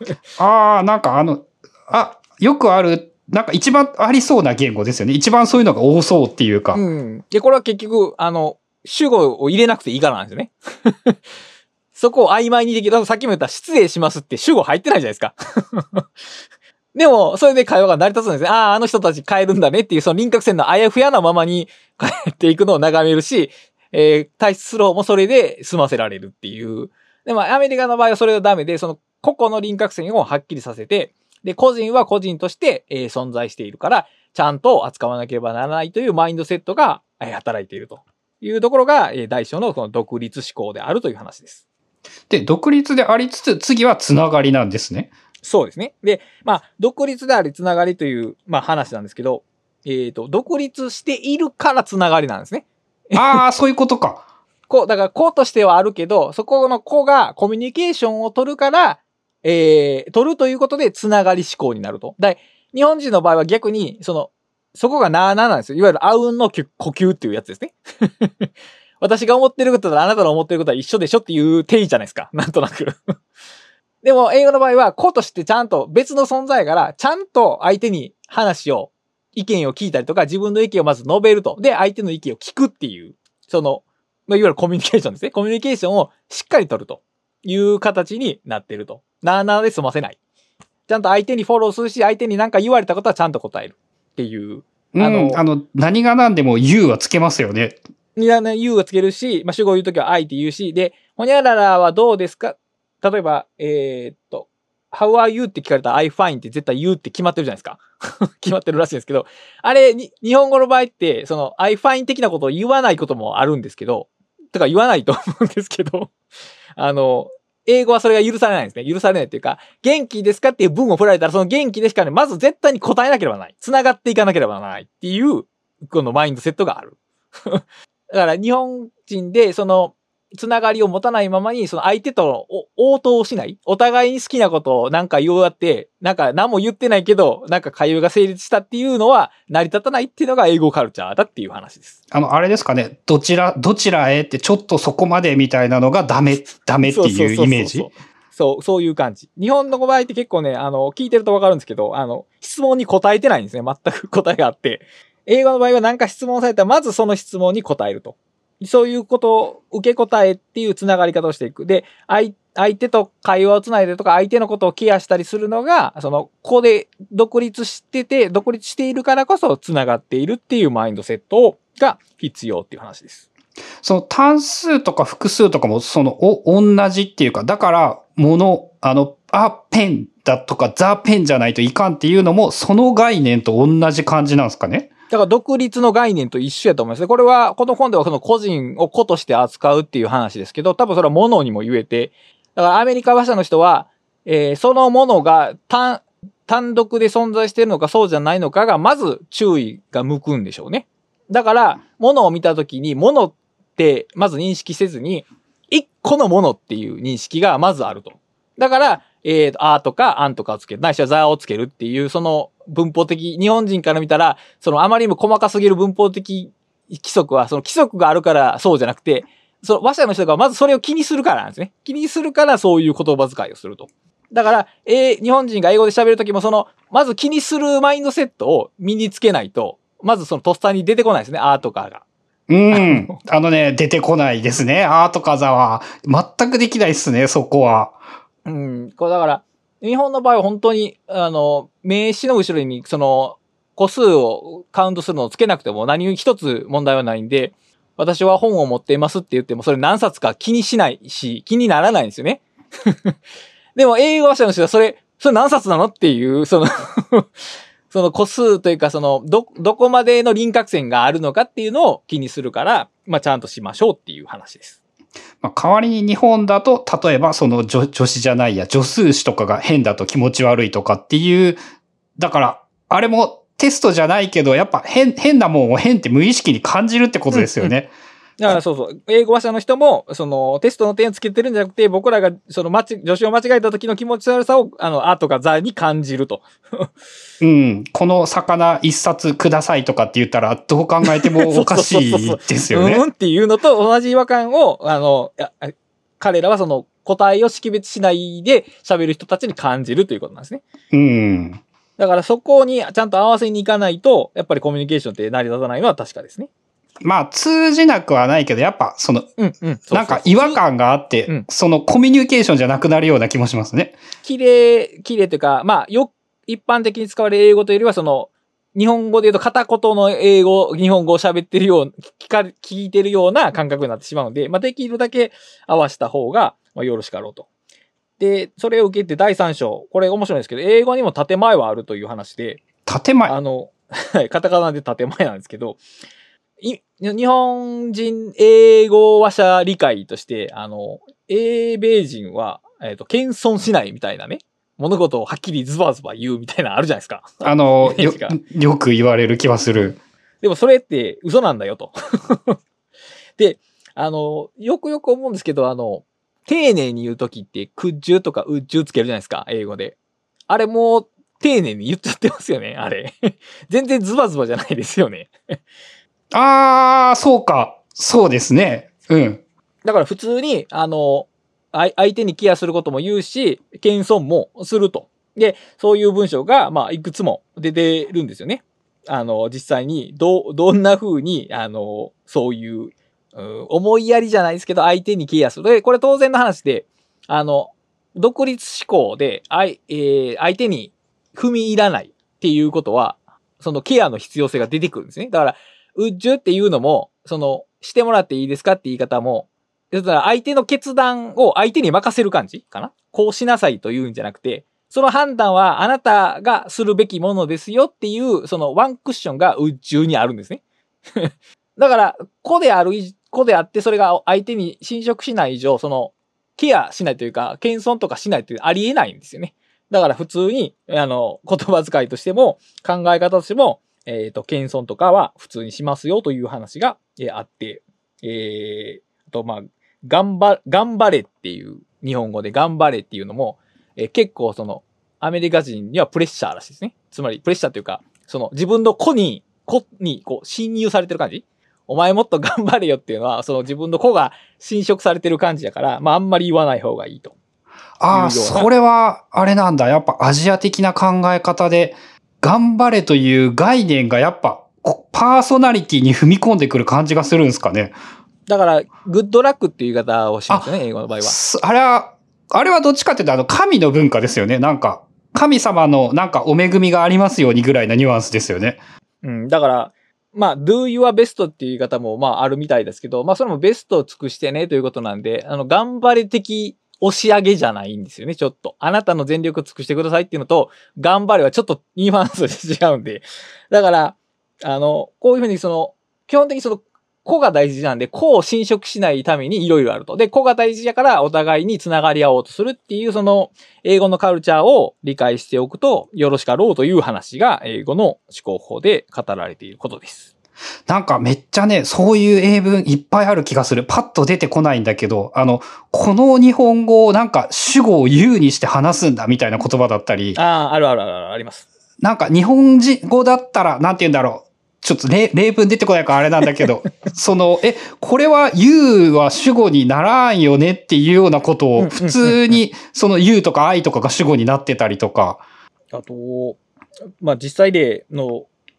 よくある、なんか一番ありそうな言語ですよね。一番そういうのが多そうっていうか。 で、これは結局、主語を入れなくていいからなんですよね。そこを曖昧にできる。さっきも言った失礼しますって主語入ってないじゃないですか。でも、それで会話が成り立つんですね。あの人たち帰るんだねっていう、その輪郭線のあやふやなままに帰っていくのを眺めるし、退出する方もそれで済ませられるっていう。でも、アメリカの場合はそれはダメで、その個々の輪郭線をはっきりさせて、で、個人は個人として、存在しているから、ちゃんと扱わなければならないというマインドセットが、働いているというところが、大小のその独立思考であるという話です。 で、独立でありつつ、次はつながりなんですね。 そうですね。で、まあ、独立でありつながりという、まあ話なんですけど、独立しているからつながりなんですね。 そういうことか。 だから子としてはあるけど、そこの子がコミュニケーションを取るから、取るということでつながり思考になると。日本人の場合は逆に、そこがなーなーなんですよ。いわゆるあうんの呼吸っていうやつですね。私が思ってることとあなたの思ってることは一緒でしょっていう定義じゃないですか。なんとなく。でも、英語の場合は、子としてちゃんと別の存在から、ちゃんと相手に意見を聞いたりとか、自分の意見をまず述べると。で、相手の意見を聞くっていう、いわゆるコミュニケーションですね。コミュニケーションをしっかり取るという形になっていると。なーなーで済ませない。ちゃんと相手にフォローするし、相手に何か言われたことはちゃんと答えるっていう。 何が何でも You はつけますよね。 You はつけるし、まあ、主語を言うときは I って言うし、で、ほにゃららはどうですか？例えば、How are you って聞かれたら I fine って絶対 You って決まってるじゃないですか。決まってるらしいんですけど、あれ、日本語の場合って、I fine 的なことを言わないこともあるんですけど、とか言わないと思うんですけど、英語はそれが許されないんですね。許されないっていうか、元気ですかっていう文を振られたら、その元気ですかね、まず絶対に答えなければならない。繋がっていかなければならないっていう、このマインドセットがある。だから日本人で、つながりを持たないままに、相手と応答をしない。お互いに好きなことをなんか言おうやって、なんか何も言ってないけど、なんか会話が成立したっていうのは成り立たないっていうのが英語カルチャーだっていう話です。 あれですかね。どちらへってちょっとそこまでみたいなのがダメっていうイメージ？ そういう感じ。日本の場合って結構ね、聞いてるとわかるんですけど、質問に答えてないんですね。全く答えがあって。英語の場合は何か質問されたら、まずその質問に答えると。そういうことを受け答えっていうつながり方をしていく。で、相手と会話をつないでとか、相手のことをケアしたりするのが、ここで独立しているからこそつながっているっていうマインドセットが必要っていう話です。 単数とか複数とかも、同じっていうか、だから、ペンだとか、ザ・ペンじゃないといかんっていうのも、その概念と同じ感じなんですかね？ だから独立の概念と一緒やと思いますね。これは、この本では個人を個として扱うっていう話ですけど、多分それは物にも言えて、だからアメリカ話者の人は、そのものが単独で存在しているのかそうじゃないのかが、まず注意が向くんでしょうね。だから、物を見たときに、物ってまず認識せずに、一個のものっていう認識がまずあると。だから、あとか、あんとかをつける。ないしはざをつけるっていう、文法的、日本人から見たら、あまりにも細かすぎる文法的規則は、規則があるからそうじゃなくて、話者の人がまずそれを気にするからなんですね。気にするからそういう言葉遣いをすると。だから、日本人が英語で喋るときもまず気にするマインドセットを身につけないと、 まずそのとっさに出てこないですね、あーとかが。 出てこないですね。あーとかざは。全くできないですね、そこは。 これだから、日本の場合は本当に、名詞の後ろに、その、個数をカウントするのをつけなくても何一つ問題はないんで、私は本を持っていますって言っても、それ何冊か気にしないし、気にならないんですよね。でも、英語話者の人はそれ何冊なのっていう、そのその個数というか、その、どこまでの輪郭線があるのかっていうのを気にするから、まあ、ちゃんとしましょうっていう話です。 まあ、代わりに日本だと、例えばその助詞じゃないや、助数詞とかが変だと気持ち悪いとかっていう、だから、あれもテストじゃないけど、やっぱ変なもんを変って無意識に感じるってことですよね。 だからそうそう。英語話者の人も、その、テストの点をつけてるんじゃなくて、僕らが、その、助詞を間違えた時の気持ち悪さを、あとかざに感じると。 この魚一冊くださいとかって言ったら、どう考えてもおかしいですよね。 っていうのと同じ違和感を、彼らはその、答えを識別しないで喋る人たちに感じるということなんですね。だからそこにちゃんと合わせに行かないと、やっぱりコミュニケーションって成り立たないのは確かですね。 まあ、通じなくはないけど、やっぱ、その、なんか違和感があって、そのコミュニケーションじゃなくなるような気もしますね。 綺麗というか、まあ、一般的に使われる英語というよりは、その、日本語で言うと片言の日本語を喋ってるよう、聞いてるような感覚になってしまうので、まあ、できるだけ合わせた方が、まあ、よろしかろうと。で、それを受けて第3章、これ面白いんですけど、英語にも建前はあるという話で。 建前カタカナで建前なんですけど、日本人英語話者理解として、英米人は、謙遜しないみたいなね。物事をはっきりズバズバ言うみたいなのあるじゃないですか。 よく言われる気はする。 でもそれって嘘なんだよと。で、よくよく思うんですけど、丁寧に言うときって、could you とか would you つけるじゃないですか、英語で。あれもう、丁寧に言っちゃってますよね、あれ。全然ズバズバじゃないですよね。 そうか。そうですね。 だから普通に、相手にケアすることも言うし、謙遜もすると。で、そういう文章が、まあ、いくつも出てるんですよね。実際に、どんな風に、そういう、思いやりじゃないですけど、相手にケアする。で、これ当然の話で、独立思考で、相手に踏み入らないっていうことは、そのケアの必要性が出てくるんですね。だから、うっじゅっていうのも、してもらっていいですかって言い方も、だから相手の決断を相手に任せる感じかな？こうしなさいというんじゃなくて、その判断はあなたがするべきものですよっていう、そのワンクッションがうっじゅにあるんですね。だから、子であって、それが相手に侵食しない以上、ケアしないというか、謙遜とかしないというありえないんですよね。だから普通に、言葉遣いとしても、考え方としても、謙遜とかは普通にしますよという話が、あって、まあ、頑張れっていう、日本語で頑張れっていうのも、結構アメリカ人にはプレッシャーらしいですね。つまり、プレッシャーというか、自分の子にこう、侵入されてる感じ？お前もっと頑張れよっていうのは、自分の子が侵食されてる感じだから、まあ、あんまり言わない方がいいと。 それは、あれなんだ。やっぱアジア的な考え方で、頑張れという概念がやっぱ、パーソナリティに踏み込んでくる感じがするんですかね。 だから、グッドラックっていう言い方をしますよね、英語の場合は。 あれはどっちかっていうと、神の文化ですよね。なんか、神様のなんかお恵みがありますようにぐらいなニュアンスですよね。 だから、まあ、do your best っていう言い方も、まあ、あるみたいですけど、まあ、それもベストを尽くしてねということなんで、頑張れ的押し上げじゃないんですよね、ちょっと。あなたの全力を尽くしてくださいっていうのと、頑張れはちょっとニュアンスで違うんで。だから、こういうふうに基本的に個が大事なんで、個を侵食しないためにいろいろあると。で、個が大事だからお互いに繋がり合おうとするっていう、英語のカルチャーを理解しておくとよろしかろうという話が英語の思考法で語られていることです。 なんかめっちゃね、そういう英文いっぱいある気がする。パッと出てこないんだけど、この日本語をなんか主語を言うにして話すんだみたいな言葉だったり。 あるあります。 なんか日本人語だったら、なんて言うんだろう。ちょっと例文出てこないからあれなんだけど、これは you は主語にならんよねっていうようなことを普通にyou とか I とかが主語になってたりとか。 あと、まあ、実際例の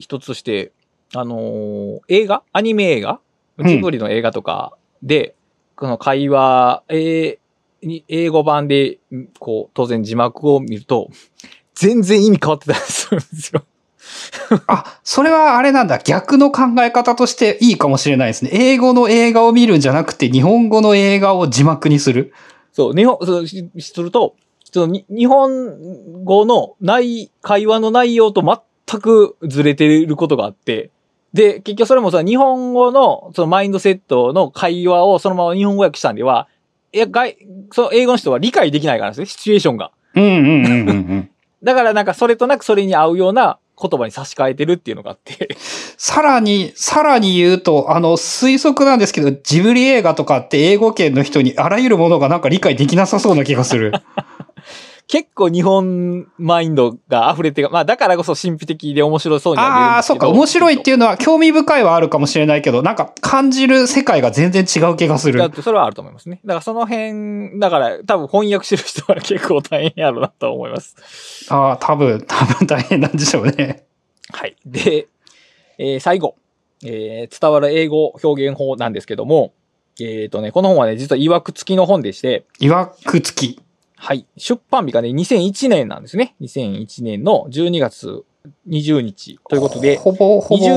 一つして、映画アニメ映画ジブリの映画とかで、この会話、英語版で、こう、当然字幕を見ると、全然意味変わってたりするんですよ。 あ、それはあれなんだ。逆の考え方としていいかもしれないですね。英語の映画を見るんじゃなくて、日本語の映画を字幕にする。 そう、そうすると、日本語の会話の内容と全くずれてることがあって、で、結局それもさ、日本語のそのマインドセットの会話をそのまま日本語訳したんでは、その英語の人は理解できないからですね、シチュエーションが。だからなんかそれとなくそれに合うような言葉に差し替えてるっていうのがあって。 さらに言うと、推測なんですけど、ジブリ映画とかって英語圏の人にあらゆるものがなんか理解できなさそうな気がする。 結構日本マインドが溢れて、まあだからこそ神秘的で面白そうには見えるんですけど。 ああ、そうか。面白いっていうのは興味深いはあるかもしれないけど、なんか感じる世界が全然違う気がする。 だってそれはあると思いますね。だからその辺、だから多分翻訳してる人は結構大変やろうなと思います。 ああ、多分大変なんでしょうね。 はい。で、最後、伝わる英語表現法なんですけども、この本はね、実は曰く付きの本でして。 曰く付き。 はい。出版日がね、2001年なんですね。2001年の12月20日ということで、 ほぼ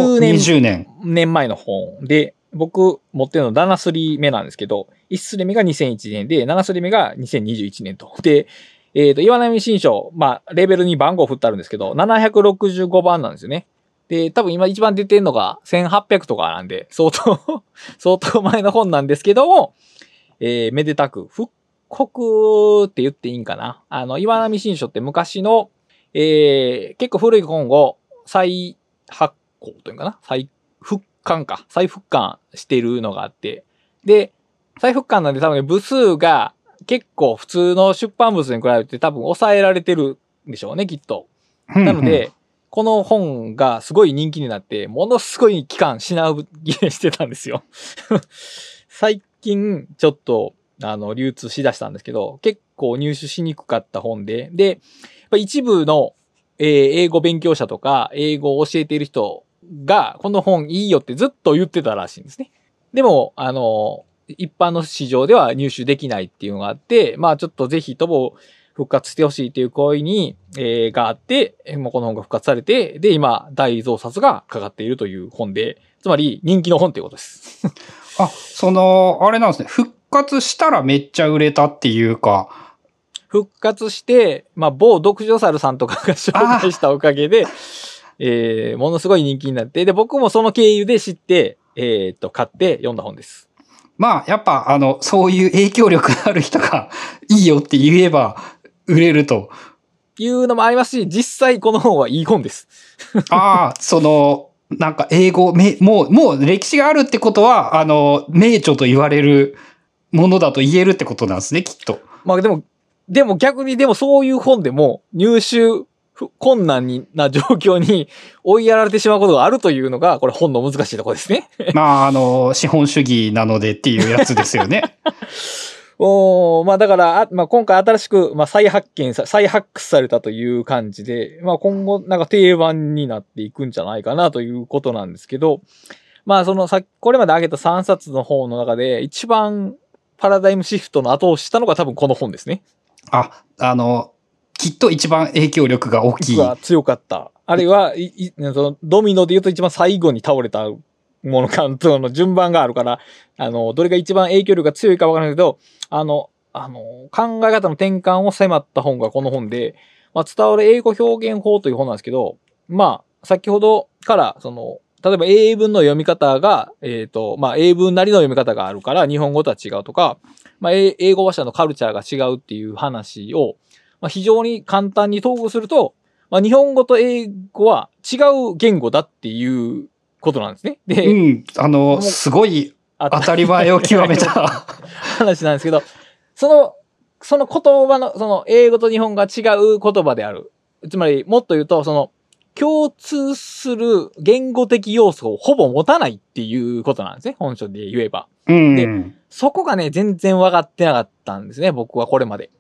20 年前の本で、僕持ってるの7スリ目なんですけど、1スリ目が2001年で、7スリ目が2021年と。で、岩波新書、まあ、レベルに番号振ってあるんですけど、765番なんですよね。で、多分今一番出てるのが1800とかなんで、相当前の本なんですけども、めでたく復刻って言っていいんかな。岩波新書って昔の、結構古い本を再発行というかな。再復刊してるのがあって。で、再復刊なんで多分ね、部数が結構普通の出版物に比べて多分抑えられてるんでしょうね、きっと。なので、この本がすごい人気になって、ものすごい期間品切れしてたんですよ。最近、ちょっと、流通しだしたんですけど、結構入手しにくかった本で、で、一部の、英語勉強者とか、英語を教えている人が、この本いいよってずっと言ってたらしいんですね。でも、一般の市場では入手できないっていうのがあって、まあちょっとぜひとも復活してほしいという声に、があって、もうこの本が復活されて、で、今、大増刷がかかっているという本で、つまり人気の本ということです。 あ、あれなんですね。復活したらめっちゃ売れたっていうか。 復活して、まあ、某読書猿さんとかが紹介したおかげで、ものすごい人気になって、で、僕もその経由で知って、買って読んだ本です。 まあ、やっぱ、そういう影響力のある人がいいよって言えば売れると。 いうのもありますし、実際この本はいい本です。 ああ、なんか英語、もう歴史があるってことは、名著と言われるものだと言えるってことなんですね、きっと。 まあでも逆にそういう本でも入手困難な状況に追いやられてしまうことがあるというのが、これ本の難しいところですね。 まあ、資本主義なのでっていうやつですよね。 まあだから、まあ今回新しく、まあ再発掘されたという感じで、まあ今後なんか定番になっていくんじゃないかなということなんですけど、まあこれまで挙げた3冊の本の中で一番パラダイムシフトの後をしたのが多分この本ですね。 あ、きっと一番影響力が大きい。 強かった。あるいは、ドミノで言うと一番最後に倒れたものかの順番があるから、どれが一番影響力が強いかわからないけど、考え方の転換を迫った本がこの本で、まあ、伝わる英語表現法という本なんですけど、まあ、先ほどから、例えば英文の読み方が、まあ、英文なりの読み方があるから、日本語とは違うとか、まあ、英語話者のカルチャーが違うっていう話を、まあ、非常に簡単に統合すると、まあ、日本語と英語は違う言語だっていうことなんですね。で、 うん、すごい当たり前を極めた話なんですけど、その言葉の、英語と日本語が違う言葉である。つまり、もっと言うと、共通する言語的要素をほぼ持たないっていうことなんですね。本書で言えば。 うん、 で、そこがね、全然分かってなかったんですね。僕はこれまで。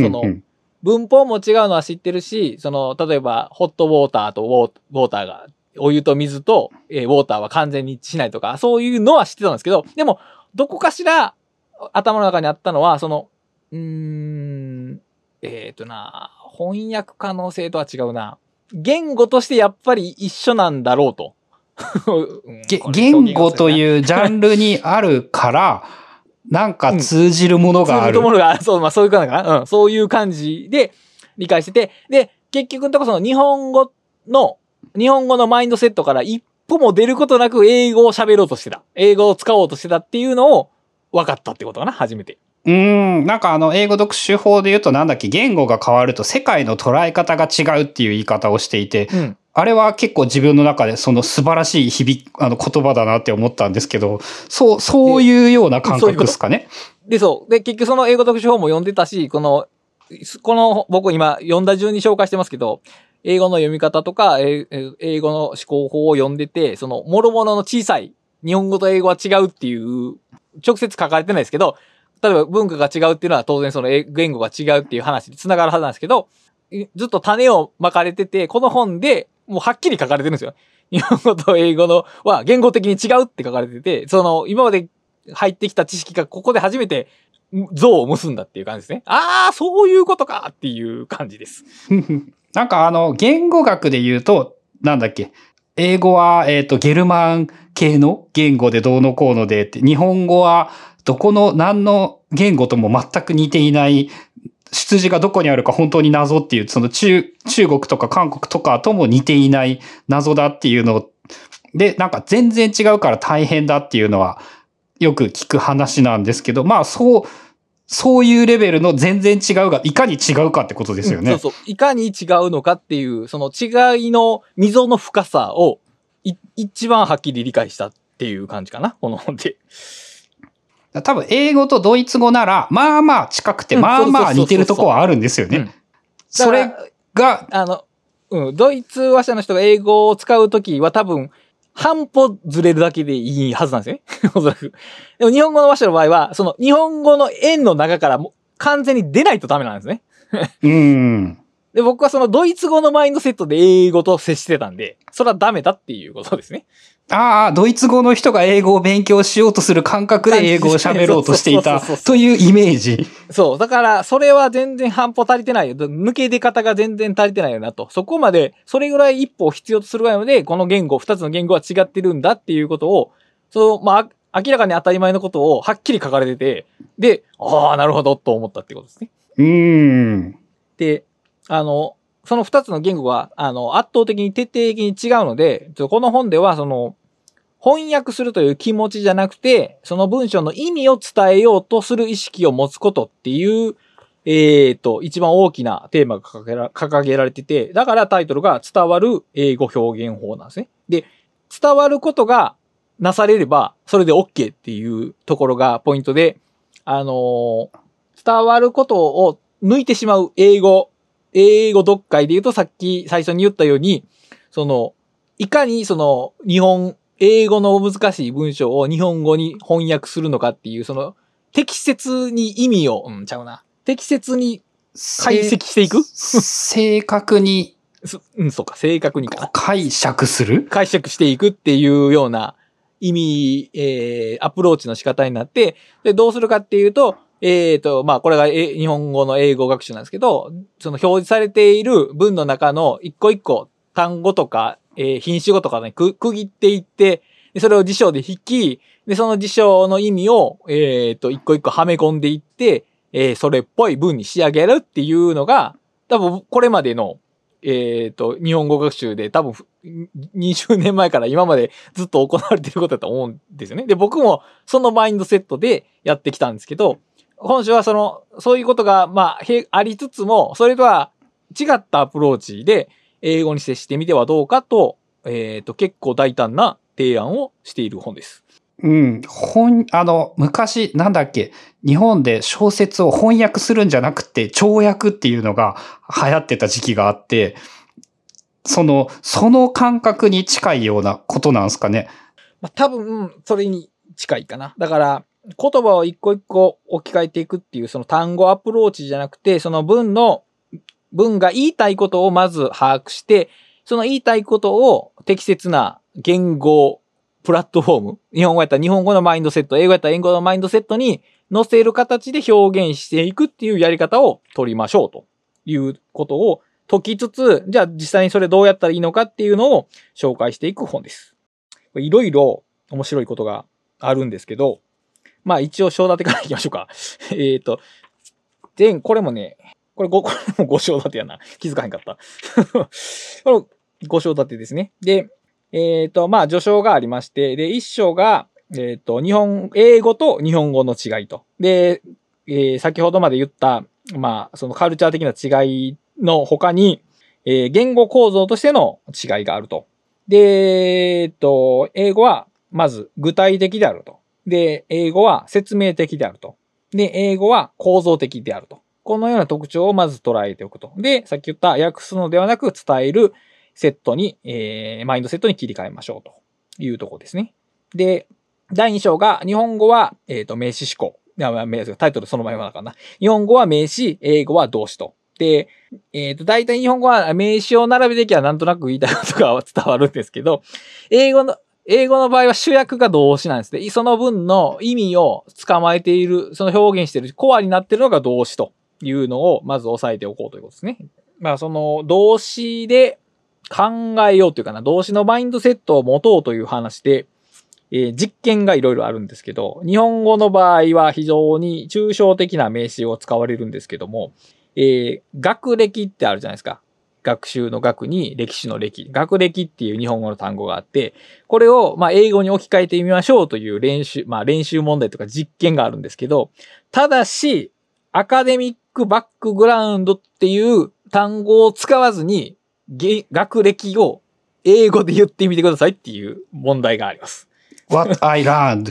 文法も違うのは知ってるし、例えば、ホットウォーターとウォーターがお湯と水と、ウォーターは完全に一致しないとか、そういうのは知ってたんですけど、でも、どこかしら頭の中にあったのは、翻訳可能性とは違うな。言語としてやっぱり一緒なんだろうと。 言語というジャンルにあるから、なんか通じるものがある。 通じるものがある。そう、まあそういう感じかな。そういう感じで理解してて、で、結局のところその日本語のマインドセットから一歩も出ることなく英語を喋ろうとしてた。英語を使おうとしてたっていうのを分かったってことかな、初めて。 なんか英語読書法で言うと言語が変わると世界の捉え方が違うっていう言い方をしていて、あれは結構自分の中でその素晴らしい言葉だなって思ったんですけど、そういうような感覚ですかね。 で、結局その英語読書法も読んでたし、この僕今読んだ順に紹介してますけど、英語の読み方とか、英語の思考法を読んでて、その諸々の小さい日本語と英語は違うっていう直接書かれてないですけど、例えば文化が違うっていうのは当然その言語が違うっていう話に繋がるはずなんですけど、ずっと種をまかれてて、この本でもうはっきり書かれてるんですよ。日本語と英語のは言語的に違うって書かれてて、今まで入ってきた知識がここで初めて像を結んだっていう感じですね。ああ、そういうことかっていう感じです。 なんか言語学で言うと、英語は、ゲルマン系の言語でどうのこうのでって、日本語は何の言語とも全く似ていない、出自がどこにあるか本当に謎っていう、その中国とか韓国とかとも似ていない謎だっていうので、なんか全然違うから大変だっていうのはよく聞く話なんですけど、まあそういうレベルの全然違うがいかに違うかってことですよね。 いかに違うのかっていう、その違いの溝の深さを一番はっきり理解したっていう感じかな、この本で。 多分英語とドイツ語なら、まあまあ近くて、まあまあ似てるとこはあるんですよね。それが、 ドイツ話者の人が英語を使うときは多分、半歩ずれるだけでいいはずなんですね。おそらく。でも日本語の話者の場合は、その日本語の円の中からも完全に出ないとダメなんですね。で、僕はそのドイツ語のマインドセットで英語と接してたんで、それはダメだっていうことですね。 ドイツ語の人が英語を勉強しようとする感覚で英語を喋ろうとしていたというイメージ。 そう。だから、それは全然半歩足りてないよ。抜け出方が全然足りてないよなと。そこまで、それぐらい一歩を必要とするぐらいので、この二つの言語は違ってるんだっていうことを、明らかに当たり前のことをはっきり書かれてて、で、なるほど、と思ったってことですね。で、その二つの言語が、圧倒的に徹底的に違うので、この本では、翻訳するという気持ちじゃなくて、その文章の意味を伝えようとする意識を持つことっていう、一番大きなテーマが掲げられてて、だからタイトルが伝わる英語表現法なんですね。で、伝わることがなされれば、それで OK っていうところがポイントで、伝わることを抜いてしまう英語読解で言うとさっき最初に言ったように、いかに英語の難しい文章を日本語に翻訳するのかっていう、適切に意味を、適切に解析していく正確に。 そうか、正確にか。 解釈していくっていうような意味、アプローチの仕方になって、で、どうするかっていうと、これが日本語の英語学習なんですけど、表示されている文の中の一個一個単語とか、品詞語とかね、区切っていって、でそれを辞書で引き、で、その辞書の意味を、一個一個はめ込んでいって、それっぽい文に仕上げるっていうのが、多分これまでの、日本語学習で多分20年前から今までずっと行われていることだと思うんですよね。で、僕もそのマインドセットでやってきたんですけど、本書はそういうことが、ありつつも、それとは違ったアプローチで、英語に接してみてはどうかと、結構大胆な提案をしている本です。 昔、日本で小説を翻訳するんじゃなくて、跳訳っていうのが流行ってた時期があって、その感覚に近いようなことなんですかね。 多分、それに近いかな。だから、言葉を一個一個置き換えていくっていうその単語アプローチじゃなくて、その文が言いたいことをまず把握して、 その言いたいことを適切な言語、プラットフォーム、日本語やったら日本語のマインドセット、英語やったら英語のマインドセットに載せる形で表現していくっていうやり方を取りましょうということを解きつつ、じゃあ実際にそれどうやったらいいのかっていうのを紹介していく本です。いろいろ面白いことがあるんですけど、まあ一応章立てからいきましょうか。これもね、これも5章立てやな。気づかへんかった。この5章立てですね。で、まあ序章がありまして、で、1章が、英語と日本語の違いと。で、先ほどまで言った、まあ、そのカルチャー的な違いの他に、言語構造としての違いがあると。で、英語は、まず具体的であると。で、英語は説明的であると。で、英語は構造的であると。このような特徴をまず捉えておくと。で、さっき言った訳すのではなく伝えるセットに、マインドセットに切り替えましょうというところですね。で、第2章が日本語は、名詞思考。タイトルそのままだからな。日本語は名詞、英語は動詞と。で、大体日本語は名詞を並べてきゃなんとなく言いたいことが伝わるんですけど、英語の場合は主役が動詞なんですね。その分の意味を捕まえている、その表現しているコアになっているのが動詞というのをまず押さえておこうということですね。まあその動詞で考えようというかな、動詞のマインドセットを持とうという話で、実験がいろいろあるんですけど、日本語の場合は非常に抽象的な名詞を使われるんですけども、学歴ってあるじゃないですか。学習の学に歴史の歴。学歴っていう日本語の単語があって、これをまあ英語に置き換えてみましょうという練習問題とか実験があるんですけど、ただし、アカデミックバックグラウンドっていう単語を使わずに、学歴を英語で言ってみてくださいっていう問題があります。 What I learned.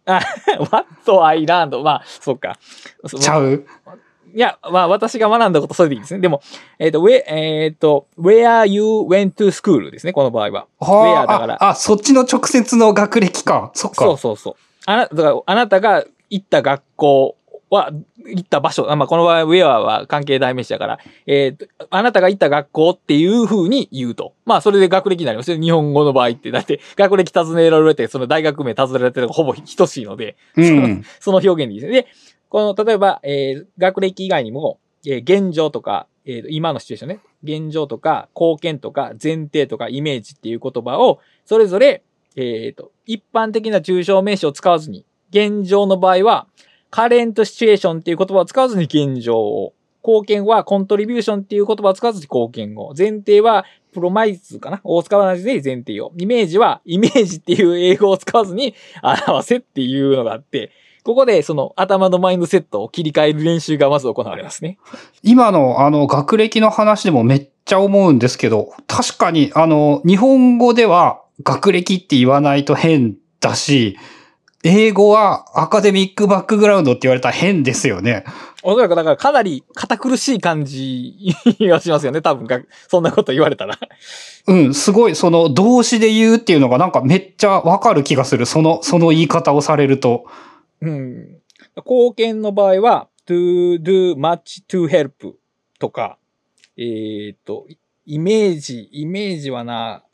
What I learned. まあ、そうか。 ちゃう？ いや、まあ、私が学んだことそれでいいですね。でも、where you went to school ですね、この場合は。 where だから。そっちの直接の学歴か。そっか。 そう。あなたが行った学校は、行った場所。まあ、この場合、where は関係代名詞だから、あなたが行った学校っていう風に言うと。まあ、それで学歴になりますよ。日本語の場合って。だって、学歴尋ねられて、その大学名尋ねられてるのがほぼ等しいので、その表現でいいですね。で、例えば、学歴以外にも、現状とか、今のシチュエーションね。現状とか、貢献とか、前提とか、イメージっていう言葉を、それぞれ、一般的な抽象名詞を使わずに、現状の場合は、カレントシチュエーションっていう言葉を使わずに現状を、貢献はコントリビューションっていう言葉を使わずに貢献を、前提はプロマイズかなを使わずに前提を、イメージはイメージっていう英語を使わずに表せっていうのがあって、ここでその頭のマインドセットを切り替える練習がまず行われますね。 今の学歴の話でもめっちゃ思うんですけど、確かに日本語では学歴って言わないと変だし、英語はアカデミックバックグラウンドって言われたら変ですよね。 おそらくだからかなり堅苦しい感じがしますよね。多分そんなこと言われたら。 すごいその動詞で言うっていうのがなんかめっちゃわかる気がする。その言い方をされると。 貢献の場合は to do much to help とか、イメージはな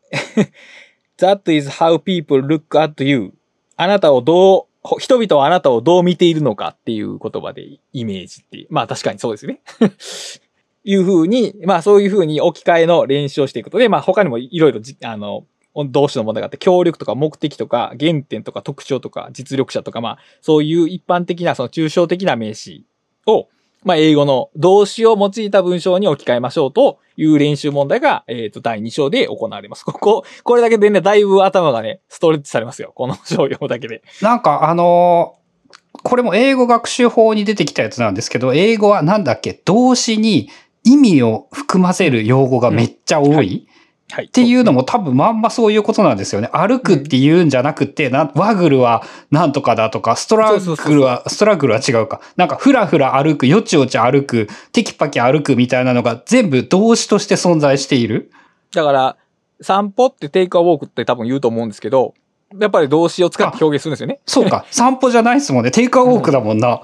that is how people look at you。人々はあなたをどう見ているのかっていう言葉でイメージっていう。まあ確かにそうですね。いう風に、まあそういう風に置き換えの練習をしていくことで、まあ他にもいろいろ動詞の問題があって、協力とか目的とか原点とか特徴とか実力者とか、まあそういう一般的なその抽象的な名詞を、まあ英語の動詞を用いた文章に置き換えましょうという練習問題が、第2章で行われます。これだけでね、だいぶ頭がね、ストレッチされますよ。この章を読むだけで。 なんかこれも英語学習法に出てきたやつなんですけど、英語はなんだっけ、動詞に意味を含ませる用語がめっちゃ多い。はい、っていうのも多分まんまそういうことなんですよね。歩くって言うんじゃなくて、ワグルはなんとかだとか、ストラグルは違うか。なんかふらふら歩く、よちよち歩く、テキパキ歩くみたいなのが全部動詞として存在している。 だから、散歩ってテイクアウォークって多分言うと思うんですけど、やっぱり動詞を使って表現するんですよね。 そうか。散歩じゃないですもんね。テイクアウォークだもんな。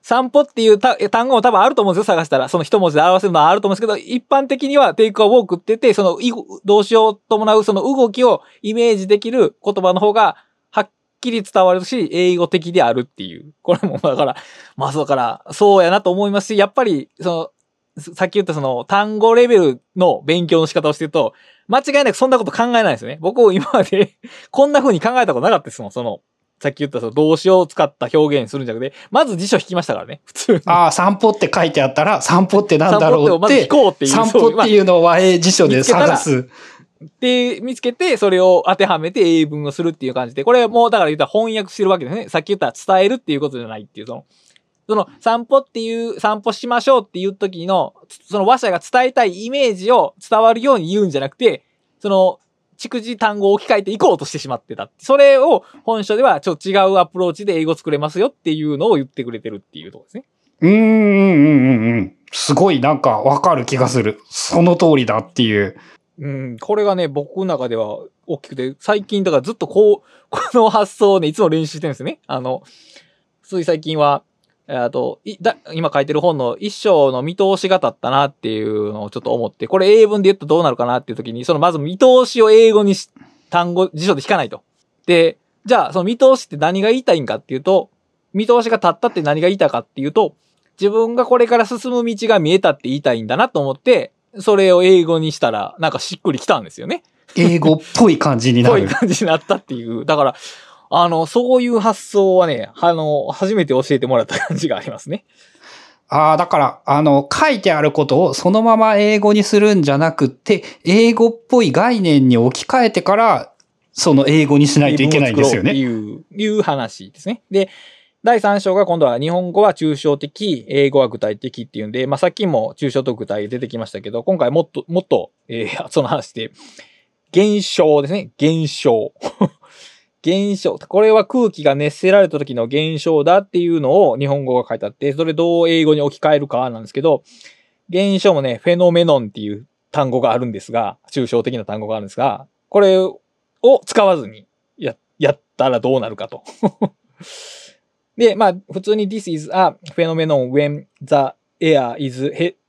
散歩っていう単語も多分あると思うんですよ、探したら。その一文字で表せるのはあると思うんですけど、一般的にはテイクアウォークって言って、その動詞を伴うその動きをイメージできる言葉の方がはっきり伝わるし、英語的であるっていう。これもだから、まあだから、そうやなと思いますし、やっぱり、さっき言ったその単語レベルの勉強の仕方をしてると、間違いなくそんなこと考えないですよね。僕も今までこんな風に考えたことなかったですもん、さっき言ったその動詞を使った表現するんじゃなくて、まず辞書引きましたからね、普通に。 ああ、散歩って書いてあったら、散歩ってなんだろうって。散歩ってまず引こうっていう。 散歩っていうのを和英辞書で探す。 で、見つけて、それを当てはめて英文をするっていう感じで、これもだから言ったら翻訳してるわけですね。さっき言った伝えるっていうことじゃないっていう、散歩っていう、散歩しましょうっていう時の、その話者が伝えたいイメージを伝わるように言うんじゃなくて、逐次単語を置き換えていこうとしてしまってた。それを本書ではちょっと違うアプローチで英語作れますよっていうのを言ってくれてるっていうところですね。すごいなんかわかる気がする。その通りだっていう。 これがね、僕の中では大きくて、最近だからずっとこの発想をね、いつも練習してるんですね。つい最近は、今書いてる本の一章の見通しが立ったなっていうのをちょっと思って、これ英文で言うとどうなるかなっていう時に、まず見通しを英語に単語、辞書で引かないと。で、じゃあその見通しって何が言いたいんかっていうと、見通しが立ったって何が言いたいかっていうと、自分がこれから進む道が見えたって言いたいんだなと思って、それを英語にしたら、なんかしっくりきたんですよね。 英語っぽい感じになる。 ぽい感じになったっていう。だから、そういう発想はね、初めて教えてもらった感じがありますね。 だから、書いてあることをそのまま英語にするんじゃなくて、英語っぽい概念に置き換えてから、その英語にしないといけないんですよね。 いう話ですね。で、第3章が今度は日本語は抽象的、英語は具体的っていうんで、まあ、さっきも抽象と具体出てきましたけど、今回もっと、その話で、現象ですね。現象。現象。これは空気が熱せられた時の現象だっていうのを日本語が書いてあって、それどう英語に置き換えるかなんですけど、現象もね、フェノメノンっていう単語があるんですが、抽象的な単語があるんですが、これを使わずにやったらどうなるかと。で、まあ、普通に This is a phenomenon when the air is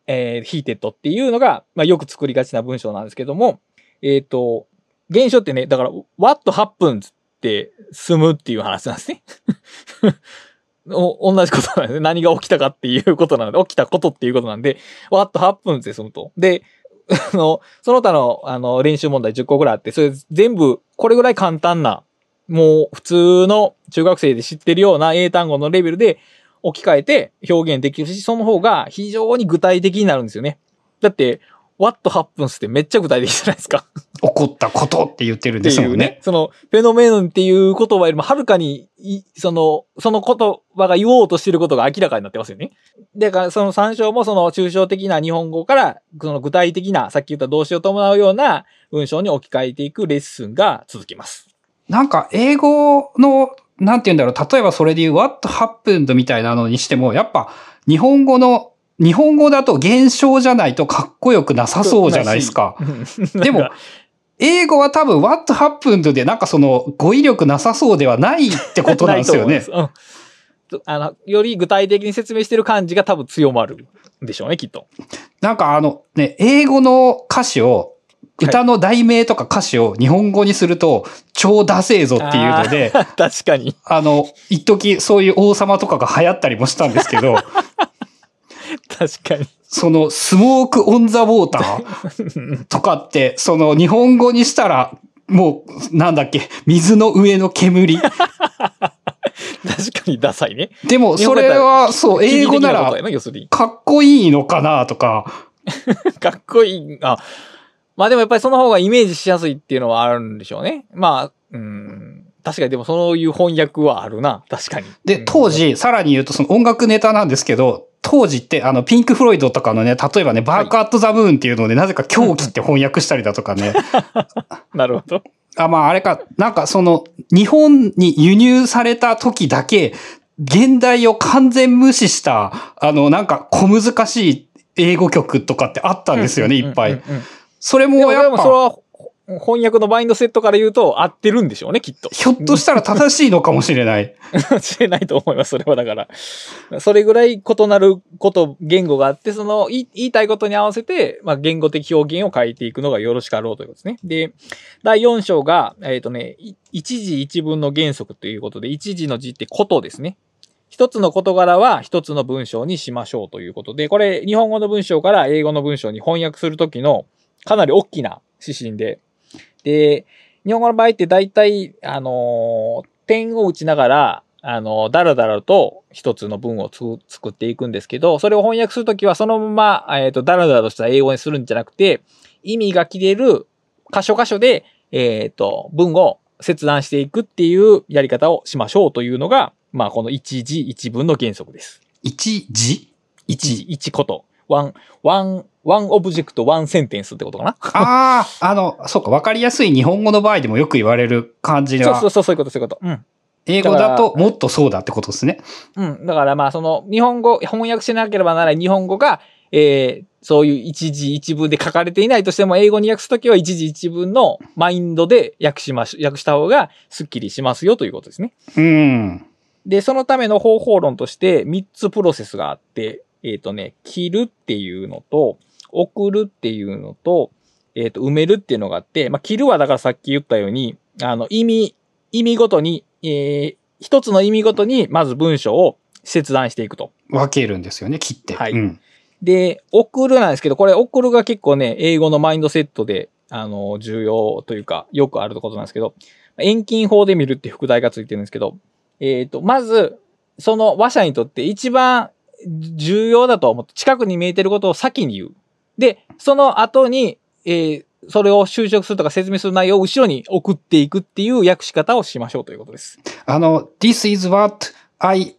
heated っていうのが、まあ、よく作りがちな文章なんですけども、現象ってね、だから、what happens って済むっていう話なんですね。同じことなんですね。何が起きたかっていうことなので、起きたことっていうことなんで、what happens で済むと。で、その他の、練習問題10個ぐらいあって、それ全部、これぐらい簡単な、もう普通の中学生で知ってるような英単語のレベルで置き換えて表現できるし、その方が非常に具体的になるんですよね。だって、what happens ってめっちゃ具体的じゃないですか。 起こったことって言ってるんですもんね。 フェノメノンっていう言葉よりもはるかに、その言葉が言おうとしていることが明らかになってますよね。だからその3章もその抽象的な日本語から、その具体的な、さっき言った動詞を伴うような文章に置き換えていくレッスンが続きます。 なんか英語の、なんて言うんだろう、例えばそれで言う what happened みたいなのにしても、やっぱ日本語だと現象じゃないとかっこよくなさそうじゃないですか。でも、英語は多分 what happened でなんかその語彙力なさそうではないってことなんですよね。 より具体的に説明してる感じが多分強まるんでしょうね、きっと。 なんか英語の歌詞を、歌の題名とか歌詞を日本語にすると超ダセーぞっていうので、 確かに。 一時そういう王様とかが流行ったりもしたんですけど、 確かに。 そのスモークオンザウォーターとかって、その日本語にしたら、もう、なんだっけ、水の上の煙。 確かにダサいね。 でも、それは、そう、英語なら、かっこいいのかなとか。 かっこいい。まあでもやっぱりその方がイメージしやすいっていうのはあるんでしょうね。まあ、確かにでもそういう翻訳はあるな。確かに。 で、当時、さらに言うとその音楽ネタなんですけど、当時ってピンク・フロイドとかのね、例えばね、バーク・アット・ザ・ムーンっていうので、なぜか狂気って翻訳したりだとかね。 なるほど。 まああれか、なんか日本に輸入された時だけ、現代を完全無視した、なんか小難しい英語曲とかってあったんですよね、いっぱい。それもやっぱ。 でもそれは翻訳のマインドセットから言うと合ってるんでしょうね、きっと。 ひょっとしたら正しいのかもしれない。 しれないと思います、それはだから。それぐらい異なる言語があって、その言いたいことに合わせて、まあ、言語的表現を変えていくのがよろしかろうということですね。で、第4章が、一字一文の原則ということで、一字の字ってことですね。一つの事柄は一つの文章にしましょうということで、これ、日本語の文章から英語の文章に翻訳するときのかなり大きな指針で、で、日本語の場合って大体、点を打ちながら、だらだらと一つの文を作っていくんですけど、それを翻訳するときはそのまま、だらだらとした英語にするんじゃなくて、意味が切れる箇所箇所で、文を切断していくっていうやり方をしましょうというのが、まあ、この一字一文の原則です。 一字一こと。ワンオブジェクト、ワンセンテンスってことかな。 ああ、そうか、わかりやすい日本語の場合でもよく言われる感じが。 そういうこと。うん。 英語だともっとそうだってことですね。 うん。だからまあ、その、日本語、翻訳しなければならない日本語が、そういう一字一文で書かれていないとしても、英語に訳すときは一字一文のマインドで訳した方がスッキリしますよということですね。で、そのための方法論として3つプロセスがあって、切るっていうのと、送るっていうのと、埋めるっていうのがあって、まあ、切るはだからさっき言ったように、意味ごとに、一つの意味ごとに、まず文章を切断していくと。 分けるんですよね、切って。 はい。で、送るなんですけど、これ送るが結構ね、英語のマインドセットで、重要というか、よくあることなんですけど、遠近法で見るって副題がついてるんですけど、まず、その話者にとって一番重要だと思って、近くに見えてることを先に言う。で、その後に、それを修飾するとか説明する内容を後ろに送っていくっていう訳し方をしましょうということです。 This is what I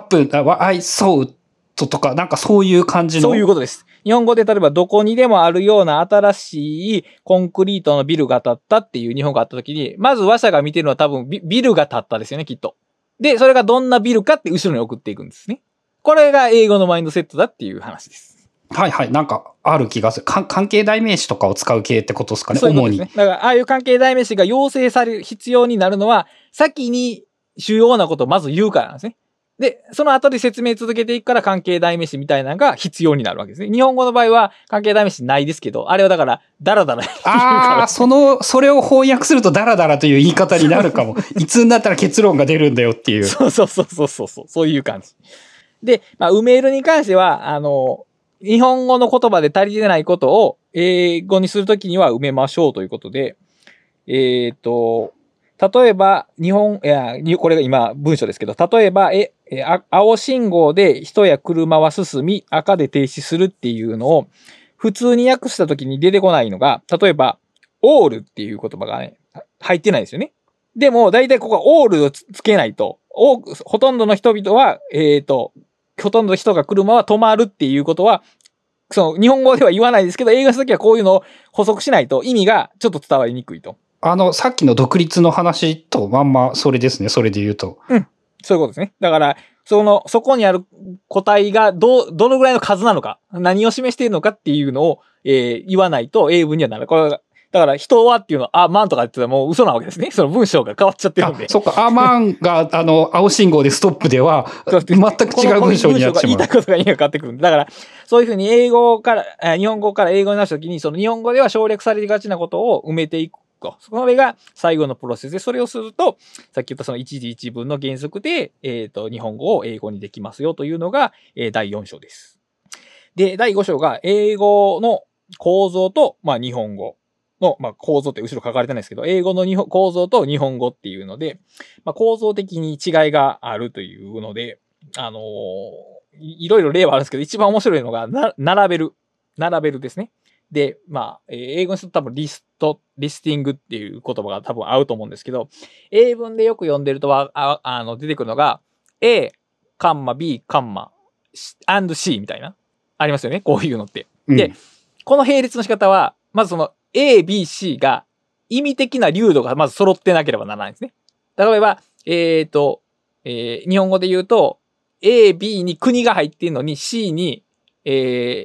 saw とか、なんかそういう感じの。 そういうことです。日本語で例えばどこにでもあるような新しいコンクリートのビルが建ったっていう日本語があった時に、まず話者が見てるのは多分ビルが建ったですよね、きっと。で、それがどんなビルかって後ろに送っていくんですね。これが英語のマインドセットだっていう話です。 はいはい。なんかある気がする。関係代名詞とかを使う系ってことですかね、 そういうことですね。 主に。 だから、ああいう関係代名詞が要請される必要になるのは、先に主要なことをまず言うからなんですね。で、その後で説明続けていくから関係代名詞みたいなのが必要になるわけですね。日本語の場合は関係代名詞ないですけど、あれはだから、ダラダラ言うから。 ああ、それを翻訳するとダラダラという言い方になるかも。いつになったら結論が出るんだよっていう。 そういう感じ。で、まあ、埋めるに関しては、日本語の言葉で足りてないことを英語にするときには埋めましょうということで、例えば、これが今文章ですけど、例えば、青信号で人や車は進み、赤で停止するっていうのを、普通に訳したときに出てこないのが、例えば、オールっていう言葉がね、入ってないですよね。でも、大体ここはオールをつけないと、ほとんどの人々は、ほとんどの人が車は止まるっていうことは、その日本語では言わないですけど、英語の時はこういうのを補足しないと意味がちょっと伝わりにくいと。 さっきの独立の話とまんまそれですね。それで言うと。 うん。そういうことですね。だから、そこにある個体がどのぐらいの数なのか、何を示しているのかっていうのを、言わないと英文にはなる。これだから人はっていうのは、マンとか言ってたらもう嘘なわけですね。その文章が変わっちゃってるんで。 そっか、マンが、青信号でストップでは、全く違う文章になってしまう。 言いたいことが意味が変わってくるんで。だから、そういうふうに日本語から英語に直したときに、その日本語では省略されがちなことを埋めていくと。それが最後のプロセスで、それをすると、さっき言ったその一字一文の原則で、日本語を英語にできますよというのが、第4章です。で、第5章が、英語の構造と、日本語の、構造って後ろ書かれてないですけど、英語の構造と日本語っていうので、構造的に違いがあるというので、いろいろ例はあるんですけど、一番面白いのが、並べるですね。で、英語にすると多分リスティングっていう言葉が多分合うと思うんですけど、英文でよく読んでると出てくるのが、A、B、and C みたいな。ありますよね。こういうのって。で、この並列の仕方は、まずその A、B、C が意味的な流度がまず揃ってなければならないんですね。例えば、日本語で言うと、A、B に国が入っているのに C に、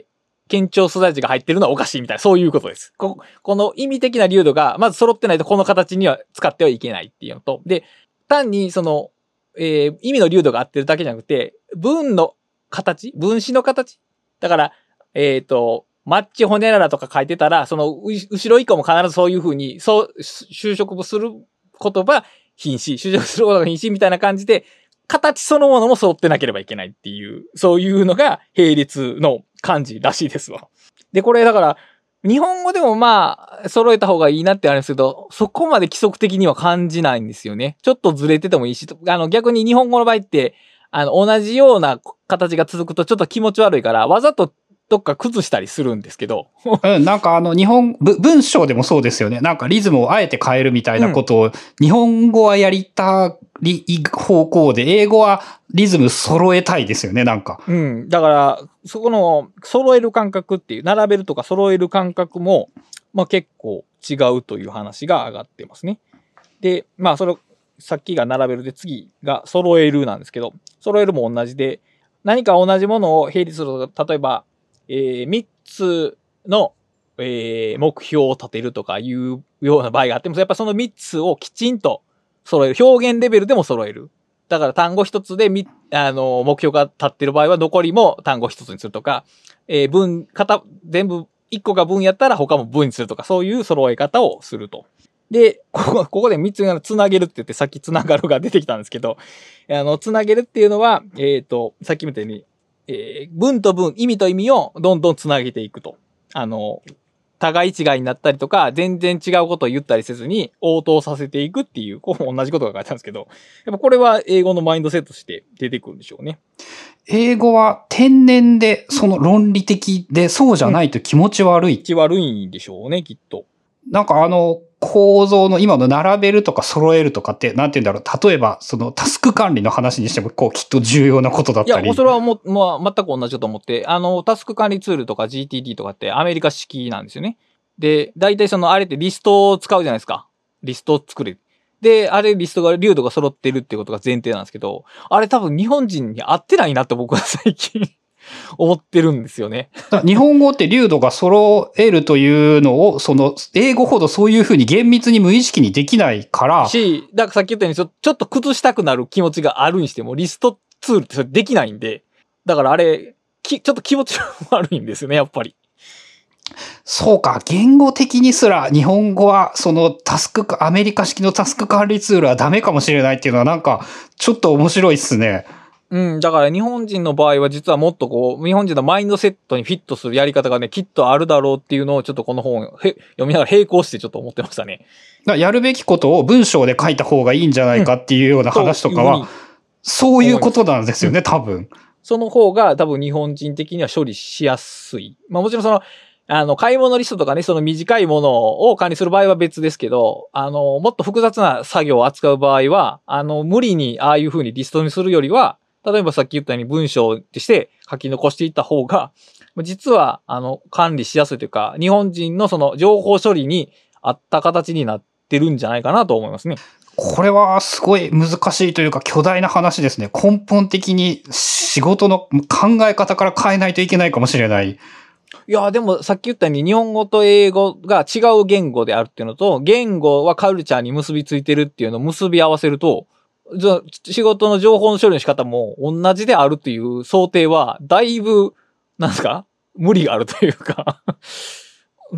県庁所在地が入ってるのはおかしいみたいな、そういうことです。この意味的な流度が、まず揃ってないとこの形には使ってはいけないっていうのと、で、単にその、意味の流度が合ってるだけじゃなくて、文の形、分子の形。だから、マッチホネララとか書いてたら、その、後ろ以降も必ずそういう風に、修飾する言葉、品詞、修飾することが品詞みたいな感じで、形そのものも揃ってなければいけないっていう、そういうのが並列の漢字らしいですわ。で、これだから、日本語でもまあ、揃えた方がいいなってあるんですけど、そこまで規則的には感じないんですよね。ちょっとずれててもいいし、逆に日本語の場合って、同じような形が続くとちょっと気持ち悪いから、わざとどっか崩したりするんですけど。 うん、なんか文章でもそうですよね。なんかリズムをあえて変えるみたいなことを、日本語はやりたい方向で、英語はリズム揃えたいですよね、なんか。 うん。だから、そこの揃える感覚っていう、並べるとか揃える感覚も、まあ結構違うという話が上がってますね。で、まあさっきが並べるで次が揃えるなんですけど、揃えるも同じで、何か同じものを並立すると、例えば、3つの、目標を立てるとかいうような場合があっても、やっぱその3つをきちんと揃える。表現レベルでも揃える。だから単語一つで目標が立ってる場合は残りも単語一つにするとか、全部1個が文やったら他も文にするとか、そういう揃え方をすると。で、ここで3つがつなげるって言って、さっきつながるが出てきたんですけど、つなげるっていうのは、さっきみたいに、文と文、意味と意味をどんどんつなげていくと。互い違いになったりとか、全然違うことを言ったりせずに応答させていくっていう、こう同じことが書いてあるんですけど、やっぱこれは英語のマインドセットとして出てくるんでしょうね。 英語は天然で、その論理的で、そうじゃないと気持ち悪い。 気悪いんでしょうね、きっと。 なんか構造の今の並べるとか揃えるとかって、なんて言うんだろう。例えば、そのタスク管理の話にしても、きっと重要なことだったり。 いや、それはもう、まあ、全く同じだと思って、タスク管理ツールとか GTD とかってアメリカ式なんですよね。で、大体あれってリストを使うじゃないですか。リストを作る。で、あれリストが、流度が揃ってるっていうことが前提なんですけど、あれ多分日本人に合ってないなって僕は最近思ってるんですよね。 日本語って流度が揃えるというのを、英語ほどそういうふうに厳密に無意識にできないから。 だからさっき言ったようにちょっと崩したくなる気持ちがあるにしても、リストツールってそれできないんで、だからあれ、ちょっと気持ち悪いんですよね、やっぱり。 そうか、言語的にすら日本語はアメリカ式のタスク管理ツールはダメかもしれないっていうのはなんか、ちょっと面白いっすね。 うん、だから日本人の場合は実はもっと日本人のマインドセットにフィットするやり方がね、きっとあるだろうっていうのをちょっとこの本を読みながら並行してちょっと思ってましたね。 やるべきことを文章で書いた方がいいんじゃないかっていうような話とかは、そういうことなんですよね、多分。 その方が多分日本人的には処理しやすい。まあもちろん買い物リストとかね、短いものを管理する場合は別ですけど、もっと複雑な作業を扱う場合は、無理にああいう風にリストにするよりは、例えばさっき言ったように文章として書き残していった方が、実は、管理しやすいというか、日本人の情報処理に合った形になってるんじゃないかなと思いますね。 これはすごい難しいというか巨大な話ですね。根本的に仕事の考え方から変えないといけないかもしれない。 いや、でもさっき言ったように日本語と英語が違う言語であるっていうのと、言語はカルチャーに結びついてるっていうのを結び合わせると、仕事の情報の処理の仕方も同じであるっていう想定は、だいぶ、なんですか無理があるというかうん。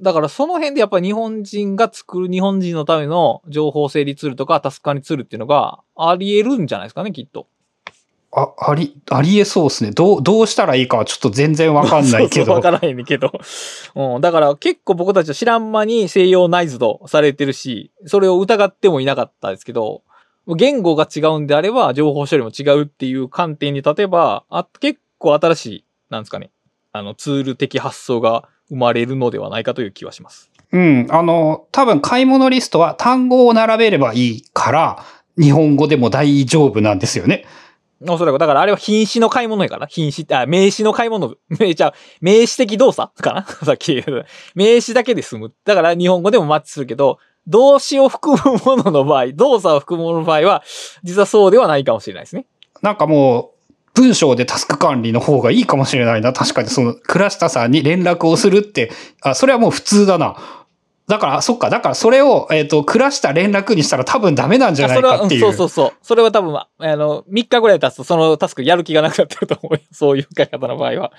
だからその辺でやっぱり日本人が作る日本人のための情報整理ツールとかタスク管理ツールっていうのがあり得るんじゃないですかね、きっと。 ありえそうですね。どうしたらいいかはちょっと全然わかんないけど。 そうわからないんだけど。うん。だから結構僕たちは知らん間に西洋ナイズドされてるし、それを疑ってもいなかったですけど、言語が違うんであれば情報処理も違うっていう観点に立てば、結構新しい、なんですかね。ツール的発想が生まれるのではないかという気はします。 うん。多分買い物リストは単語を並べればいいから、日本語でも大丈夫なんですよね。 おそらく、だからあれは品詞の買い物やから名詞の買い物。名詞的動作かなさっき言う。名詞だけで済む。だから日本語でもマッチするけど、動詞を含むものの場合、動作を含むものの場合は、実はそうではないかもしれないですね。 なんかもう、 文章でタスク管理の方がいいかもしれないな。確かにその、倉下さんに連絡をするって、それはもう普通だな。だから、そっか。だからそれを、倉下連絡にしたら多分ダメなんじゃないかっていう。 そう。それは多分、3日ぐらい経つとそのタスクやる気がなくなってると思うよ。そういう書き方の場合は。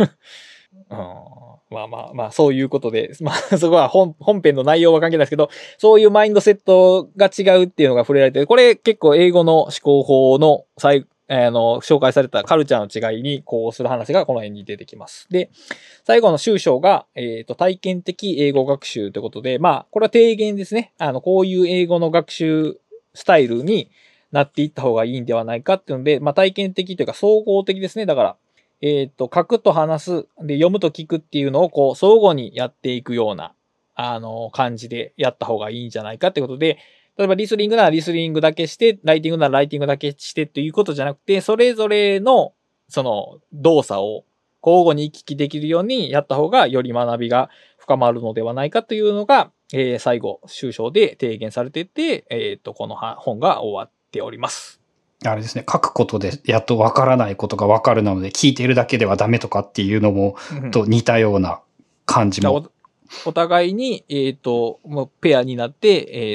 まあ、そういうことで、まあ、そこは本編の内容は関係ないですけど、そういうマインドセットが違うっていうのが触れられて、これ結構英語の思考法の紹介されたカルチャーの違いにこうする話がこの辺に出てきます。で、最後の終章が、体験的英語学習ということで、まあ、これは提言ですね。こういう英語の学習スタイルになっていった方がいいんではないかっていうので、まあ、体験的というか総合的ですね。だから、書くと話す、で、読むと聞くっていうのをこう、相互にやっていくような、感じでやった方がいいんじゃないかってことで、例えばリスニングならリスニングだけして、ライティングならライティングだけしてっていうことじゃなくて、それぞれの、その、動作を交互に行き来できるようにやった方が、より学びが深まるのではないかというのが、最後、終章で提言されていて、この本が終わっております。 あれですね、書くことでやっとわからないことがわかるなので、聞いているだけではダメとかっていうのも、と似たような感じも。 お互いに、もうペアになって、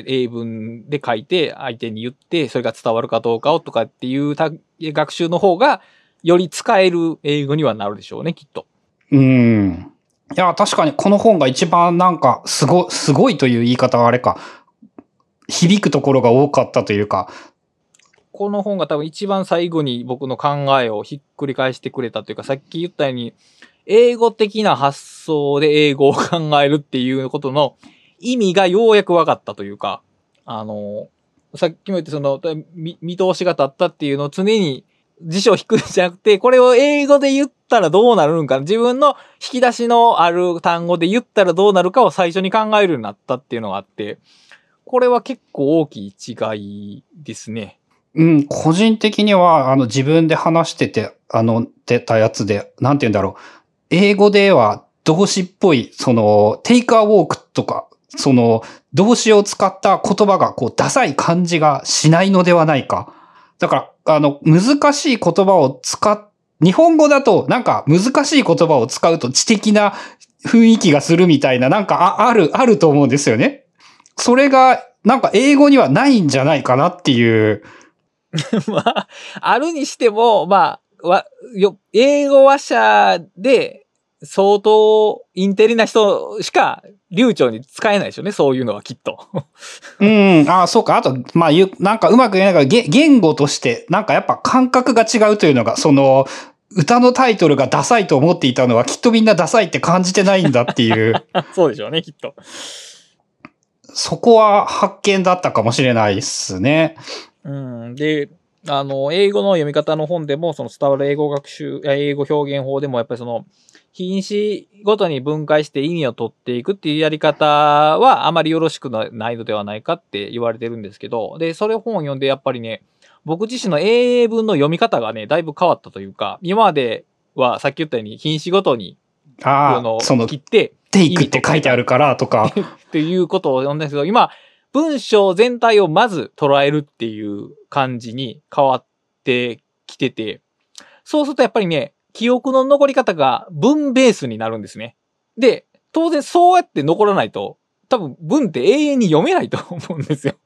英文で書いて、相手に言って、それが伝わるかどうかをとかっていう学習の方が、より使える英語にはなるでしょうね、きっと。 いや、確かにこの本が一番なんか、すごいという言い方はあれか、響くところが多かったというか、 この本が多分一番最後に僕の考えをひっくり返してくれたというか、さっき言ったように、英語的な発想で英語を考えるっていうことの意味がようやく分かったというか、さっきも言ってその、見通しが立ったっていうのを常に辞書を引くんじゃなくて、これを英語で言ったらどうなるんか、自分の引き出しのある単語で言ったらどうなるかを最初に考えるようになったっていうのがあって、これは結構大きい違いですね。 個人的には、自分で話してて、出たやつで、なんて言うんだろう。英語では動詞っぽい、take a walk とか、動詞を使った言葉が、ダサい感じがしないのではないか。だから、難しい言葉を日本語だと、なんか難しい言葉を使うと知的な雰囲気がするみたいな、なんかあると思うんですよね。それが、なんか英語にはないんじゃないかなっていう。 まあ、あるにしても、まあ、英語話者で相当インテリな人しか流暢に使えないでしょうね、そういうのはきっと。 そうか。あと、まあ、なんかうまく言えないから、言語として、なんかやっぱ感覚が違うというのが、歌のタイトルがダサいと思っていたのは、きっとみんなダサいって感じてないんだっていう。 そうでしょうね、きっと。 そこは発見だったかもしれないですね。 で、英語の読み方の本でも、その伝わる英語表現法でも、やっぱり品詞ごとに分解して意味を取っていくっていうやり方はあまりよろしくないのではないかって言われてるんですけど、で、それ本を読んでやっぱりね、僕自身の英文の読み方がね、だいぶ変わったというか、今まではさっき言ったように品詞ごとに、切って、 テイクって書いてあるからとか。 っていうことを読んだんですけど、今、文章全体をまず捉えるっていう感じに変わってきてて、そうするとやっぱりね、記憶の残り方が文ベースになるんですね。で、当然そうやって残らないと、多分文って永遠に読めないと思うんですよ。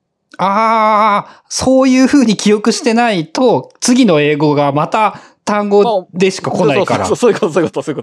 そういう風に記憶してないと、次の英語がまた単語でしか来ないから。 そういうこと。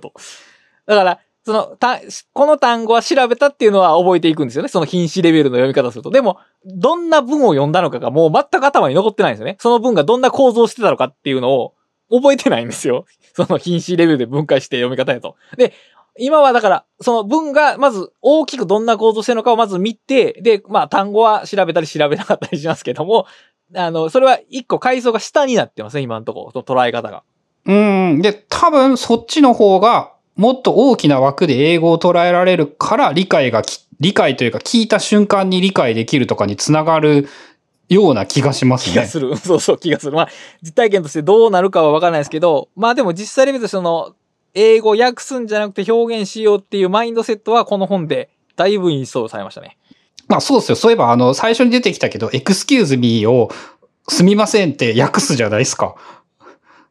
だから、この単語は調べたっていうのは覚えていくんですよね。その品詞レベルの読み方をすると。でも、どんな文を読んだのかがもう全く頭に残ってないんですよね。その文がどんな構造をしてたのかっていうのを覚えてないんですよ。その品詞レベルで分解して読み方やと。で、今はだから、その文がまず大きくどんな構造してるのかをまず見て、で、まあ単語は調べたり調べなかったりしますけども、それは一個階層が下になってますね、今のところ。捉え方が。 で、多分そっちの方が、もっと大きな枠で英語を捉えられるから理解というか聞いた瞬間に理解できるとかにつながるような気がしますね。 気がする。気がする。まあ、実体験としてどうなるかはわからないですけど、まあでも実際レベルで英語を訳すんじゃなくて表現しようっていうマインドセットはこの本でだいぶインストールされましたね。 まあそうですよ。そういえば最初に出てきたけど、excuse me をすみませんって訳すじゃないですか。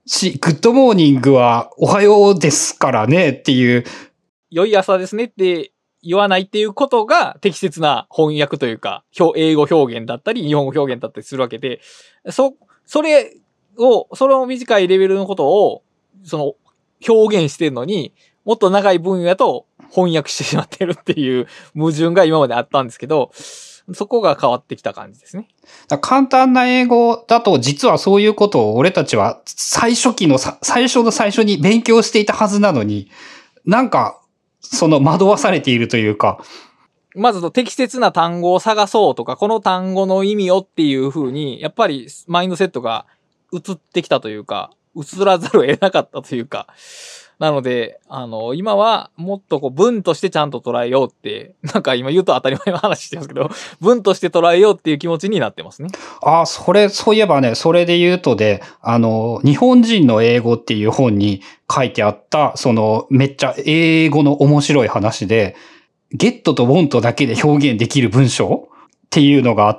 グッドモーニングはおはようですからねっていう。 良い朝ですねって言わないっていうことが適切な翻訳というか、英語表現だったり、日本語表現だったりするわけで、その短いレベルのことを、表現してるのに、もっと長い分野と翻訳してしまってるっていう矛盾が今まであったんですけど、そこが変わってきた感じですね。 簡単な英語だと実はそういうことを俺たちは最初の最初に勉強していたはずなのに、なんか惑わされているというか。 まず適切な単語を探そうとか、この単語の意味をっていう風に、やっぱりマインドセットが移ってきたというか、移らざるを得なかったというか、なので、今はもっと文としてちゃんと捉えようって、なんか今言うと当たり前の話してますけど、文として捉えようっていう気持ちになってますね。 そういえばね、それで言うとで、日本人の英語っていう本に書いてあった、めっちゃ英語の面白い話で、ゲットとウォントだけで表現できる文章っていうのがあって、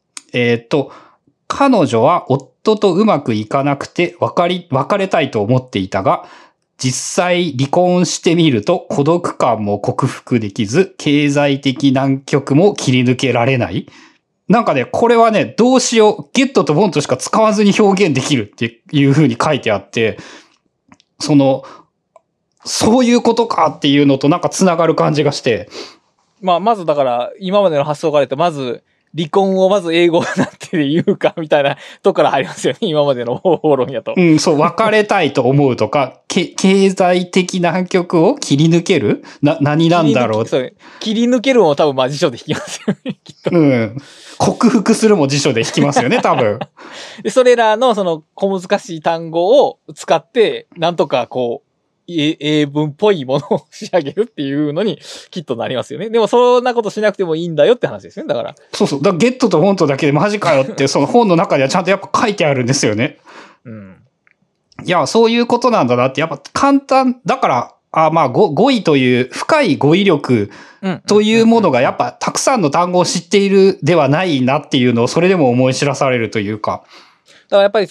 彼女は夫とうまくいかなくて別れたいと思っていたが、実際離婚してみると孤独感も克服できず、経済的難局も切り抜けられない。なんかね、これはね、動詞をゲットとウォントしか使わずに表現できるっていう風に書いてあって、そういうことかっていうのとなんか繋がる感じがして。 まずだから、今までの発想から言うと、まず、離婚をまず英語なんて言うか、みたいなとこから入りますよね。今までの方法論やと。 そう、別れたいと思うとか、経済的難局を切り抜ける何なんだろう。 切り抜けるも多分辞書で引きますよね、きっと。 克服するも辞書で引きますよね、多分。 で、それらの小難しい単語を使って、なんとか英文っぽいものを仕上げるっていうのにきっとなりますよね。でもそんなことしなくてもいいんだよって話ですね。だから。 そう。だからゲットとフォントだけでマジかよって、その本の中ではちゃんとやっぱ書いてあるんですよね。いや、そういうことなんだなって、やっぱ簡単、だから、語彙という深い語彙力というものがやっぱたくさんの単語を知っているではないなっていうのをそれでも思い知らされるというか。 だからやっぱり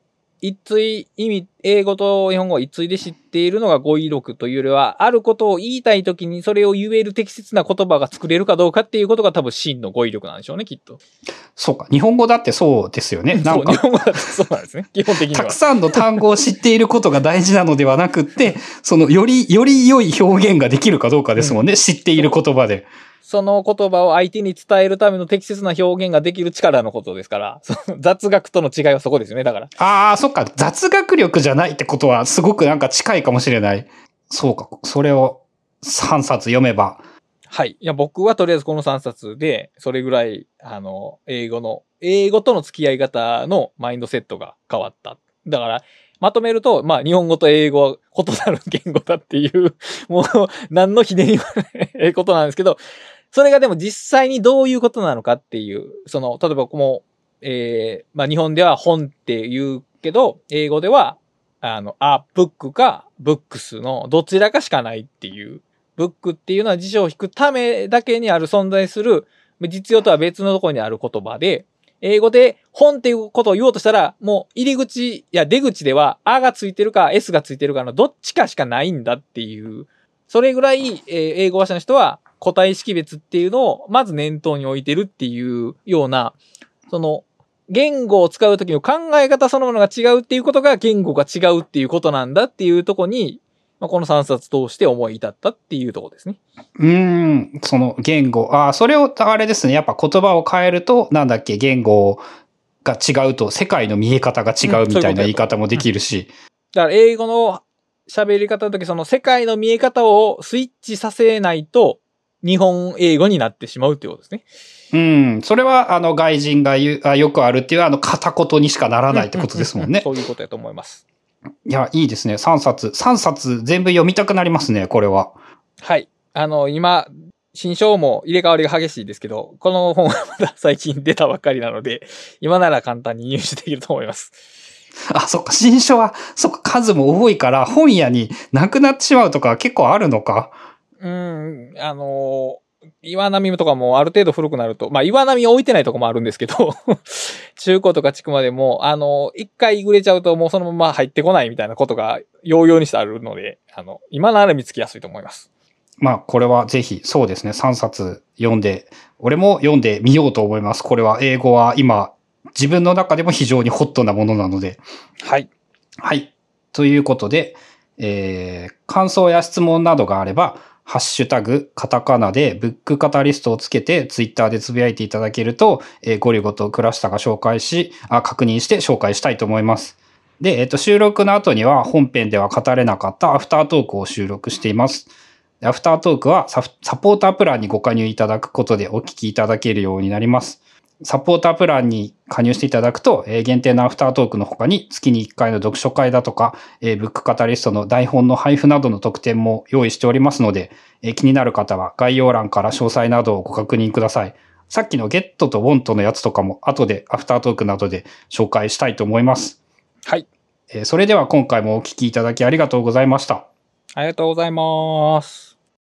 英語と日本語を一対で知っているのが語彙力というよりは、あることを言いたいときにそれを言える適切な言葉が作れるかどうかっていうことが多分真の語彙力なんでしょうね、きっと。 そうか。日本語だってそうですよね。なんか。 日本語だってそうなんですね。基本的には。 たくさんの単語を知っていることが大事なのではなくって、より良い表現ができるかどうかですもんね。知っている言葉で。 その言葉を相手に伝えるための適切な表現ができる力のことですから、雑学との違いはそこですよね、だから。 そっか。雑学力じゃないってことはすごくなんか近いかもしれない。そうか。それを3冊読めば。 はい。いや、僕はとりあえずこの3冊で、それぐらい、英語との付き合い方のマインドセットが変わった。だから、まとめると、日本語と英語は異なる言語だっていう、もう、何のひねりもないことなんですけど、それがでも実際にどういうことなのかっていう、例えば日本では本って言うけど、英語では、ブックか、ブックスのどちらかしかないっていう。ブックっていうのは辞書を引くためだけにある存在する、実用とは別のところにある言葉で、英語で本っていうことを言おうとしたら、もう入り口や出口では、あがついてるか S がついてるかのどっちかしかないんだっていう、それぐらい、英語話者の人は個体識別っていうのをまず念頭に置いてるっていうような、言語を使うときの考え方そのものが違うっていうことが言語が違うっていうことなんだっていうところに、この3冊通して思い至ったっていうところですね。 その言語。それを、あれですね。やっぱ言葉を変えると、言語が違うと世界の見え方が違うみたいな言い方もできるし。 だから英語の喋り方の時、その世界の見え方をスイッチさせないと、日本英語になってしまうっていうことですね。それは、外人がよくあるっていう、片言にしかならないってことですもんね。 そういうことやと思います。 いや、いいですね。3冊全部読みたくなりますね、これは。 はい。今、新書も入れ替わりが激しいですけど、この本はまだ最近出たばっかりなので、今なら簡単に入手できると思います。 そっか、新書は、数も多いから、本屋になくなってしまうとか結構あるのか。 岩波とかもある程度古くなると、まあ岩波置いてないとこもあるんですけど、中古とか地区までも、一回売れちゃうともうそのまま入ってこないみたいなことが容々にしてあるので、今なら見つけやすいと思います。 まあ、これはぜひ、そうですね、3冊読んで、俺も読んでみようと思います。これは英語は今、自分の中でも非常にホットなものなので。 はい。 はい。ということで、感想や質問などがあれば、ハッシュタグ、カタカナでブックカタリストをつけて、ツイッターでつぶやいていただけると、ゴリゴと倉下が紹介し、確認して紹介したいと思います。で、収録の後には本編では語れなかったアフタートークを収録しています。アフタートークはサポータープランにご加入いただくことでお聞きいただけるようになります。サポータープランに加入していただくと、限定のアフタートークの他に月に1回の読書会だとか、ブックカタリストの台本の配布などの特典も用意しておりますので、気になる方は概要欄から詳細などをご確認ください。さっきのゲットとウォントのやつとかも後でアフタートークなどで紹介したいと思います。 はい。 それでは今回もお聞きいただきありがとうございました。 ありがとうございます。